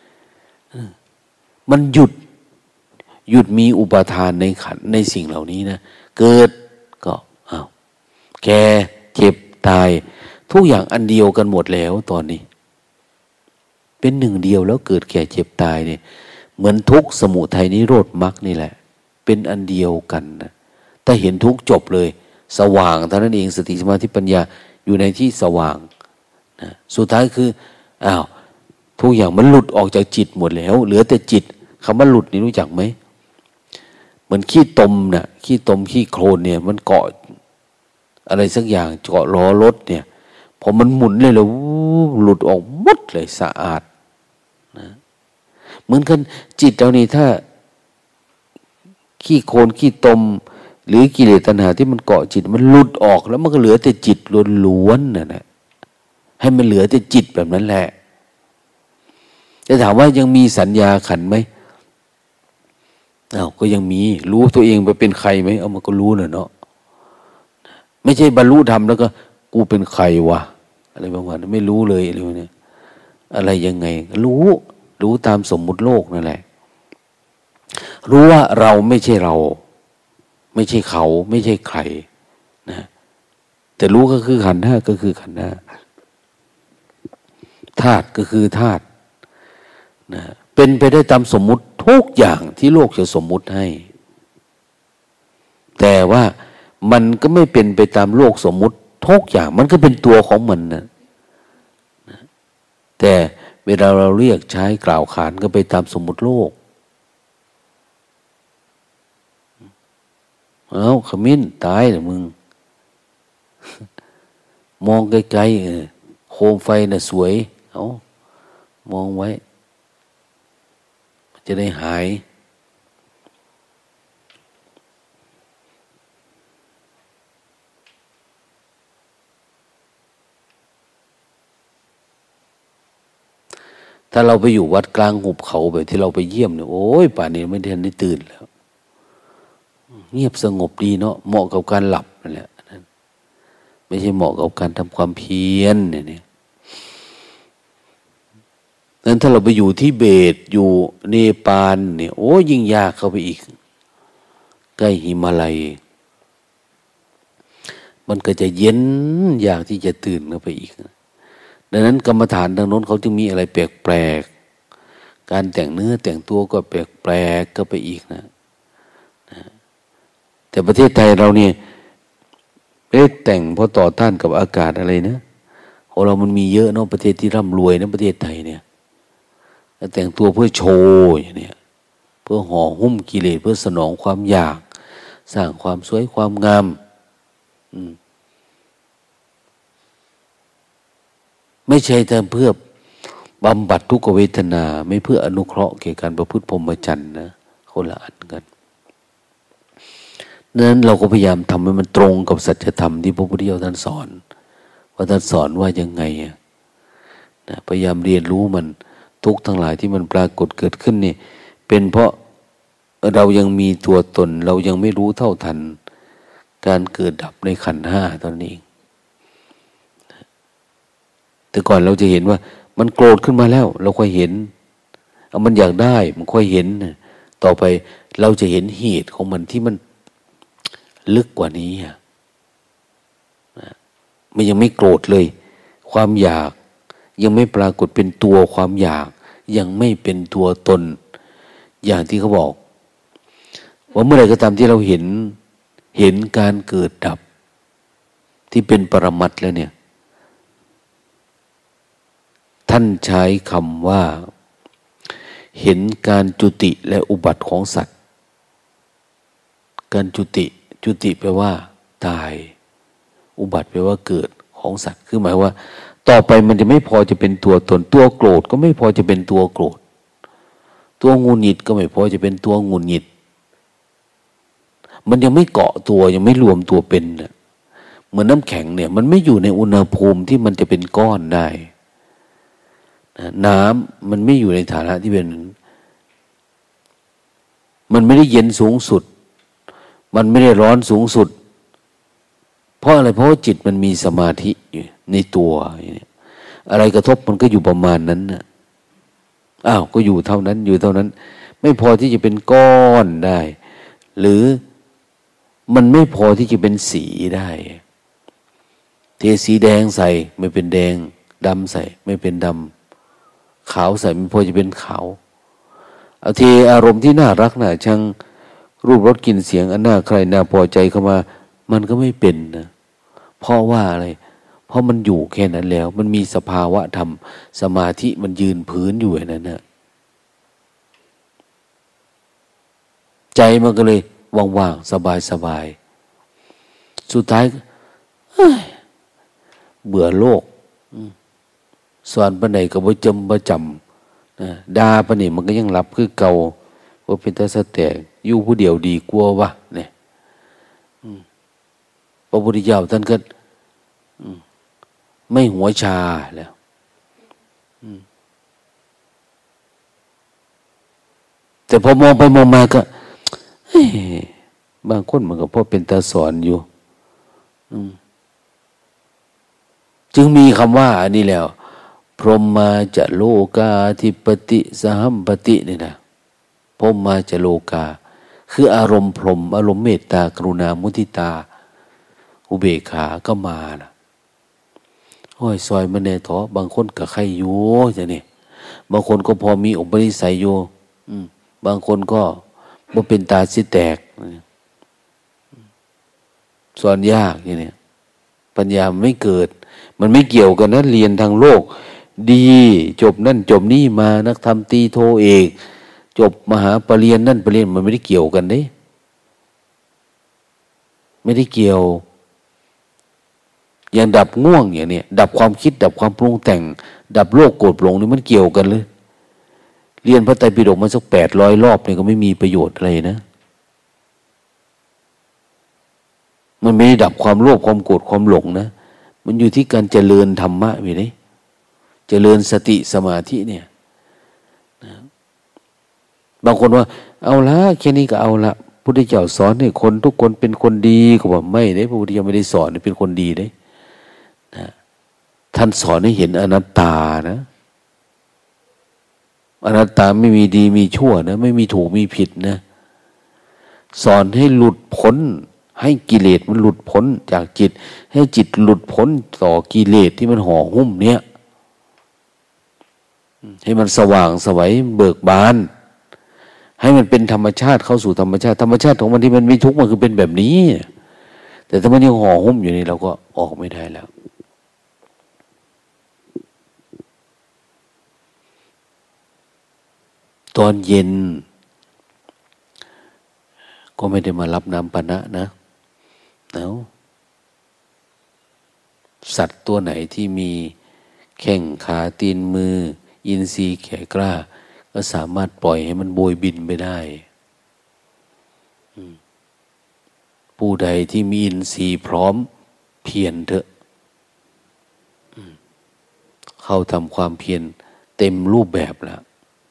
มันหยุดหยุดมีอุปาทานในขันในสิ่งเหล่านี้นะเกิดก็อ้าวแก่เจ็บตายทุกอย่างอันเดียวกันหมดแล้วตอนนี้เป็นหนึ่งเดียวแล้วเกิดแก่เจ็บตายเนี่ยเหมือนทุกข์สมุทัยนิโรธมรรคนี่แหละเป็นอันเดียวกันนะถ้าเห็นทุกข์จบเลยสว่างเท่านั้นเองสติสมาธิปัญญาอยู่ในที่สว่างนะสุดท้ายคืออ้าวทุกอย่างมันหลุดออกจากจิตหมดแล้วเหลือแต่จิตคำว่าหลุดนี่รู้จักไหมเหมือนขี้ตมน่ะขี้ตมขี้โคลนเนี่ยมันเกาะอะไรสักอย่างเกาะล้อรถเนี่ยพอมันหมุนเลยแล้วหลุดออกหมดเลยสะอาดนะเหมือนกันจิตเรานี่ถ้าขี้โคลนขี้ตมหรือกิเลสตัณหาที่มันเกาะจิตมันหลุดออกแล้วมันก็เหลือแต่จิตล้วนๆน่ะนะให้มันเหลือแต่จิตแบบนั้นแหละจะถามว่ายังมีสัญญาขันไหมอ้าวก็ยังมีรู้ตัวเองไปเป็นใครไหมเอามันก็รู้น่ะเนาะไม่ใช่บรรลุธรรมแล้วก็กูเป็นใครวะอะไรบางวันไม่รู้เลยอะไรเนี่ยอะไรยังไงรู้รู้ตามสมมุติโลกนั่นแหละรู้ว่าเราไม่ใช่เราไม่ใช่เขาไม่ใช่ใครนะแต่รู้ก็คือขันธ์ห้าก็คือขันธ์ห้าธาตุก็คือธาตุนะเป็นไปได้ตามสมมุติทุกอย่างที่โลกจะสมมุติให้แต่ว่ามันก็ไม่เป็นไปตามโลกสมมุติทุกอย่างมันก็เป็นตัวของมันนะแต่เวลาเราเรียกใช้กล่าวขานก็ไปตามสมมุติโลกเอ้าขมิ้นตายเหรอมึงมองไกลๆโคมไฟน่ะสวยเอามองไว้จะได้หายถ้าเราไปอยู่วัดกลางหุบเขาแบบที่เราไปเยี่ยมเนี่ยโอ้ยป่านนี้ไม่ทันได้ตื่นแล้วเงียบสงบดีเนาะเหมาะกับการหลับนั่นแหละไม่ใช่เหมาะกับการทำความเพียรเนี่ยเนี่ยนั้นถ้าเราไปอยู่ที่เบตอยู่เนปาลเนี่ยโอ้ยิ่งยากเข้าไปอีกใกล้หิมาลัยมันก็จะเย็นยากที่จะตื่นเข้าไปอีกดังนั้นกรรมฐานทางโน้นเขาจึงมีอะไรแปลกๆการแต่งเนื้อแต่งตัวก็แปลกๆก็ไปอีกนะแต่ประเทศไทยเราเนี่ยไม่ได้แต่งเพราะต่อต้านกับอากาศอะไรนะของเรามันมีเยอะเนาะประเทศที่ร่ำรวยนะประเทศไทยเนี่ยแต่งตัวเพื่อโชว์อย่างเนี้ยเพื่อห่อหุ้มกิเลสเพื่อสนองความอยากสร้างความสวยความงามไม่ใช่แต่เพื่อบำบัดทุกขเวทนาไม่เพื่ออนุเคราะห์แก่การประพฤติพรหมจรรย์นะคนละอันกันดังนั้นเราก็พยายามทำให้มันตรงกับสัจธรรมที่พระพุทธเจ้าท่านสอนว่าท่านสอนว่ายังไงนะพยายามเรียนรู้มันทุกทั้งหลายที่มันปรากฏเกิดขึ้นนี่เป็นเพราะเรายังมีตัวตนเรายังไม่รู้เท่าทันการเกิดดับในขันธ์ห้าตอนนี้แต่ก่อนเราจะเห็นว่ามันโกรธขึ้นมาแล้วเราค่อยเห็นเอามันอยากได้มันค่อยเห็นต่อไปเราจะเห็นเหตุของมันที่มันลึกกว่านี้อ่ะมันยังไม่โกรธเลยความอยากยังไม่ปรากฏเป็นตัวความอยากยังไม่เป็นตัวตนอย่างที่เขาบอกว่าเมื่อไหร่ก็ตามที่เราเห็นเห็นการเกิดดับที่เป็นปรมัตถ์แล้วเนี่ยท่านใช้คำว่าเห็นการจุติและอุบัติของสัตว์การจุติจุติแปลว่าตายอุบัติแปลว่าเกิดของสัตว์คือหมายว่าต่อไปมันจะไม่พอจะเป็นตัวตนตัวโกรธก็ไม่พอจะเป็นตัวโกรธตัวงุนหงิดก็ไม่พอจะเป็นตัวงุนหงิดมันยังไม่เกาะตัวยังไม่รวมตัวเป็นนะเหมือนน้ำแข็งเนี่ยมันไม่อยู่ในอุณหภูมิที่มันจะเป็นก้อนได้น้ำมันไม่อยู่ในฐานะที่เป็นมันไม่ได้เย็นสูงสุดมันไม่ได้ร้อนสูงสุดเพราะอะไรเพราะว่าจิตมันมีสมาธิอยู่ในตัวอย่างนี้อะไรกระทบมันก็อยู่ประมาณนั้นนะอ้าวก็อยู่เท่านั้นอยู่เท่านั้นไม่พอที่จะเป็นก้อนได้หรือมันไม่พอที่จะเป็นสีได้เทสีแดงใส่ไม่เป็นแดงดำใส่ไม่เป็นดำขาวใส่ไม่พอจะเป็นขาวเอาเทอารมณ์ที่น่ารักน่าชังรูปรสกลิ่นเสียงอันน่าใครน่าพอใจเข้ามามันก็ไม่เป็นนะเพราะว่าอะไรเพราะมันอยู่แค่นั้นแล้วมันมีสภาวะธรรมสมาธิมันยืนพื้นอยู่อย่างนั้นนะใจมันก็เลยว่างๆสบายๆสุดท้ายเบื่อโลกสอนปานใดก็บ่จำบ่จำนะด่าปานนี้มันก็ยังรับคือเก่าว่าเป็นตาสะแตกอยู่ผู้เดียวดีกว่าวะเนี่ยพระพุทธเจ้าท่านก็ไม่หัวชาแล้วแต่พอมองไปมองมาก็บางคนมันก็พอเป็นตาสอนอยู่จึงมีคำว่าอันนี้แล้วพรหมมาจะโลกาธิปติสหัมปตินี่นะพรหมมาจะโลกาคืออารมณ์พรหมอารมณ์เมตตากรุณามุทิตาอุเบกขาก็มานะห้อยซอยมันแน่ท้อบางคนก็ใครอยู่จะเนี่ยบางคนก็พอมีอุปนิสัยอยู่อืมบางคนก็บ่เป็นตาสิแตกสอนยากอย่างเนี้ยปัญญามันไม่เกิดมันไม่เกี่ยวกันนะเรียนทางโลกดีจบนั่นจบนี่มานักธรรมตรีโทเอกจบมหาปรริญญานั่นปรริญญามันไม่ได้เกี่ยวกันเด้ไม่ได้เกี่ยวอย่างดับง่วงอย่างเนี้ยดับความคิดดับความปรุงแต่งดับโลภโกรธหลงนี่มันเกี่ยวกันเลยเรียนพระไตรปิฎกมาสักแปดร้อยรอบเนี่ยก็ไม่มีประโยชน์อะไรนะมันไม่ได้ดับความโลภความโกรธความหลงนะมันอยู่ที่การเจริญธรรมะมีไหมเจริญสติสมาธิเนี่ยนะบางคนว่าเอาละแค่นี้ก็เอาละพุทธเจ้าสอนให้คนทุกคนเป็นคนดีก็บอกไม่ได้พระพุทธเจ้าไม่ได้สอนให้เป็นคนดีได้นะท่านสอนให้เห็นอนัตตานะอนัตตาไม่มีดีมีชั่วนะไม่มีถูกมีผิดนะสอนให้หลุดพ้นให้กิเลสมันหลุดพ้นจากจิตให้จิตหลุดพ้นต่อกิเลสที่มันห่อหุ้มเนี้ยให้มันสว่างไสวเบิกบานให้มันเป็นธรรมชาติเข้าสู่ธรรมชาติธรรมชาติของมันที่มันไม่ทุกข์มันคือเป็นแบบนี้แต่ถ้ามันยังห่อหุ้มอยู่นี่เราก็ออกไม่ได้แล้วตอนเย็นก็ไม่ได้มารับน้ำปานะนะเอาสัตว์ตัวไหนที่มีแข้งขาตีนมืออินทรีย์แข็งกล้าก็สามารถปล่อยให้มันโบยบินไปได้ผู้ใดที่มีอินทรีย์พร้อมเพียรเถอะเข้าทำความเพียรเต็มรูปแบบแล้ว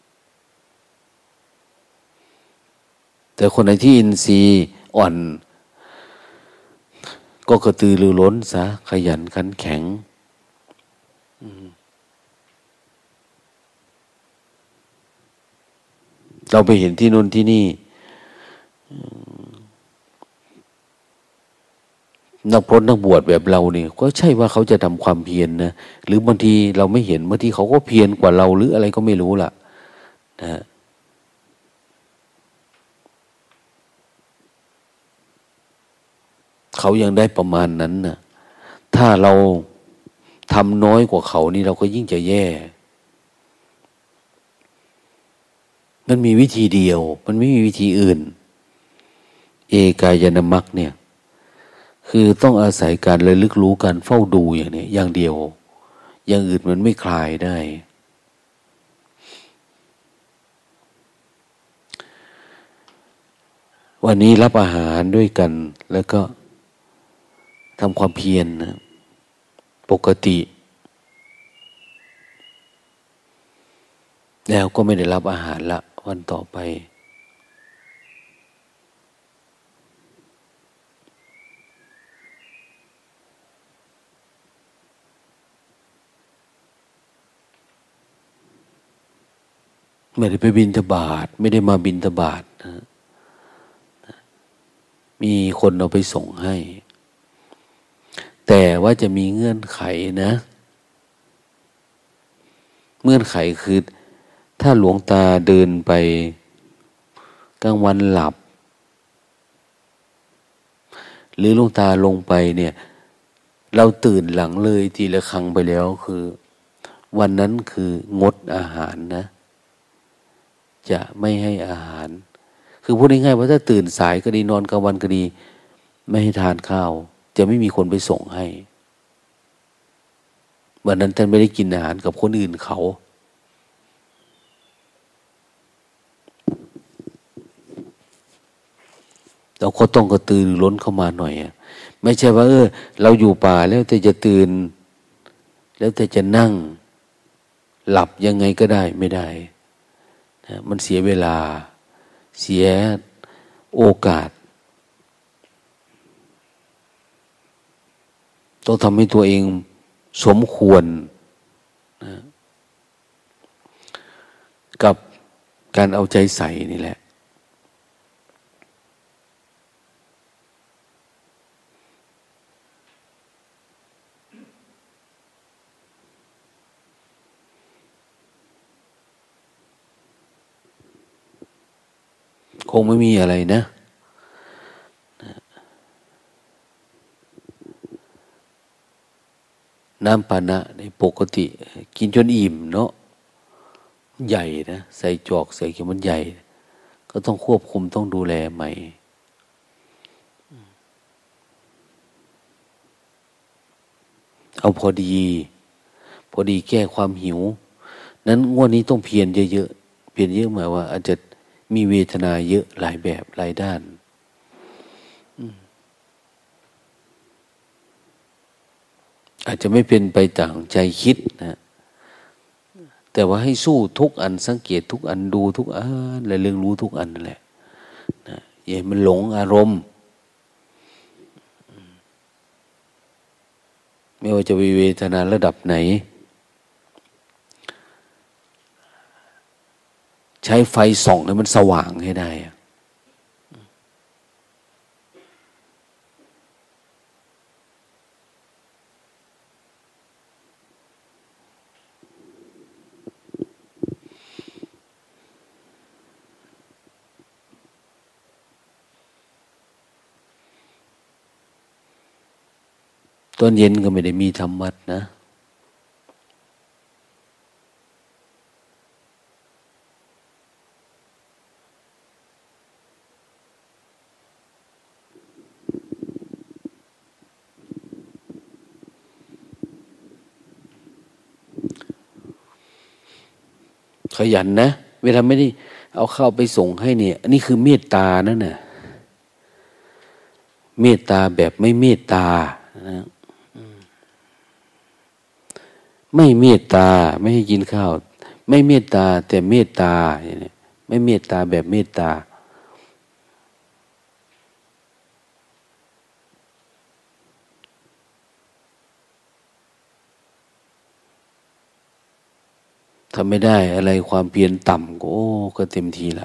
แต่คนไหนที่อินทรีย์อ่อนก็กระตือรือร้นซะขยันขันแข็งเราไปเห็นที่นู่นที่นี่นักพรตนักบวชแบบเราเนี่ยก็ใช่ว่าเขาจะทำความเพียร น, นะหรือบางทีเราไม่เห็นบางทีเขาก็เพียรกว่าเราหรืออะไรก็ไม่รู้ล่ะนะเขายังได้ประมาณนั้นนะถ้าเราทำน้อยกว่าเขานี่เราก็ยิ่งจะแย่มันมีวิธีเดียวมันไม่มีวิธีอื่นเอกายนามัคเนี่ยคือต้องอาศัยการระลึกรู้การเฝ้าดูอย่างนี้อย่างเดียวอย่างอื่นมันไม่คลายได้วันนี้รับอาหารด้วยกันแล้วก็ทำความเพียร นะปกติแล้วก็ไม่ได้รับอาหารละวันต่อไปไม่ได้ไปบิณฑบาตไม่ได้มาบิณฑบาตนะมีคนเอาไปส่งให้แต่ว่าจะมีเงื่อนไขนะเงื่อนไขคือถ้าหลวงตาเดินไปกลางวันหลับหรือหลวงตาลงไปเนี่ยเราตื่นหลังเลยทีละครั้งไปแล้วคือวันนั้นคืองดอาหารนะจะไม่ให้อาหารคือพูดง่ายๆว่าถ้าตื่นสายก็ดีนอนกลางวันก็ดีไม่ให้ทานข้าวจะไม่มีคนไปส่งให้วันนั้นท่านไม่ได้กินอาหารกับคนอื่นเขาเราก็ต้องกระตือรือร้นเข้ามาหน่อยอะไม่ใช่ว่าเออเราอยู่ป่าแล้วแต่จะตื่นแล้วแต่จะนั่งหลับยังไงก็ได้ไม่ได้นะมันเสียเวลาเสียโอกาสต้องทำให้ตัวเองสมควรนะกับการเอาใจใส่นี่แหละคงไม่มีอะไรนะน้ำปานะในปกติกินจนอิ่มเนาะใหญ่นะใส่จอกใส่เข็มมันใหญ่ก็ต้องควบคุมต้องดูแลใหม่เอาพอดีพอดีแก้ความหิวนั้นงวดนี้ต้องเพียรเยอะๆเพียรเยอะหมายว่าอาจจะมีเวทนาเยอะหลายแบบหลายด้านอาจจะไม่เป็นไปต่างใจคิดนะแต่ว่าให้สู้ทุกอันสังเกตทุกอันดูทุกอันและเรื่องรู้ทุกอันนั่นแหละนะอย่าให้มันหลงอารมณ์ไม่ว่าจะวิเวทนาระดับไหนใช้ไฟส่องให้มันสว่างให้ได้ตอนเย็นก็ไม่ได้มีธรรมะนะขยันนะเวลาไม่ได้เอาข้าวไปส่งให้เนี่ยอันนี้คือเมตตานั่นน่ะเมตตาแบบไม่เมตตานะไม่เมตตาไม่ให้กินข้าวไม่เมตตาแต่เมตตาอย่างนี้ไม่เมตตาแบบเมตตาทำไม่ได้อะไรความเพียรต่ำก็โอ้ก็เต็มทีละ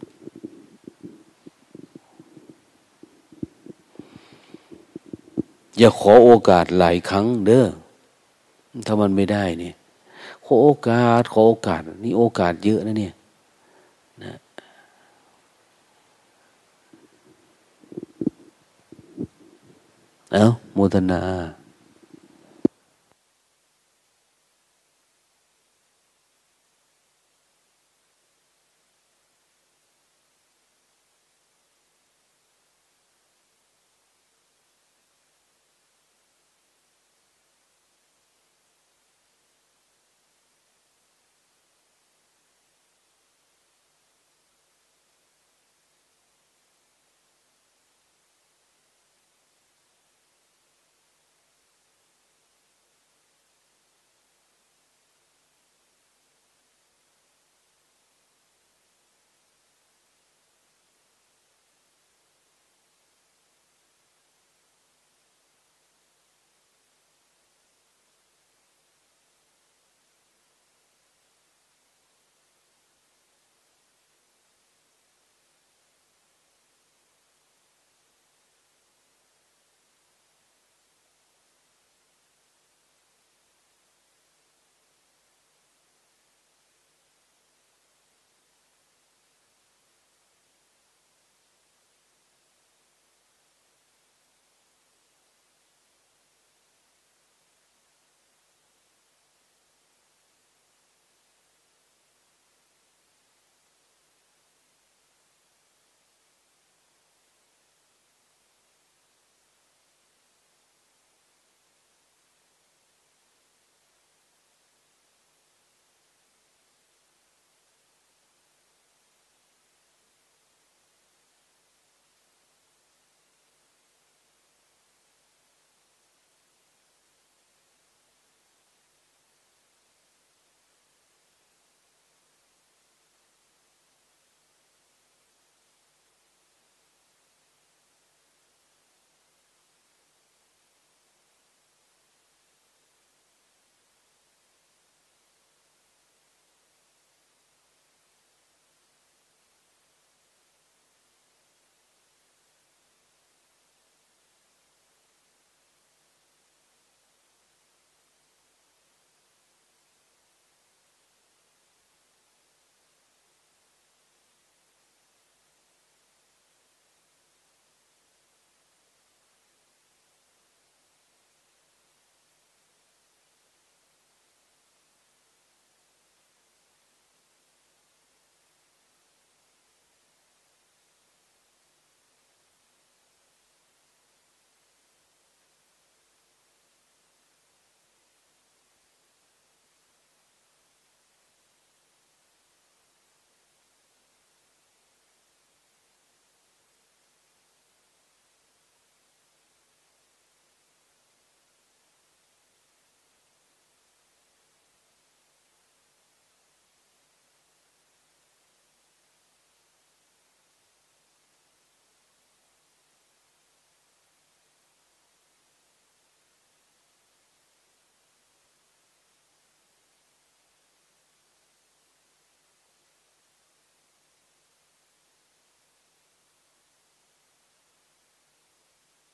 อย่าขอโอกาสหลายครั้งเด้อถ้ามันไม่ได้เนี่ยขอโอกาสขอโอกาสนี่โอกาสเยอะนะเนี่ยนะเอาโมทนา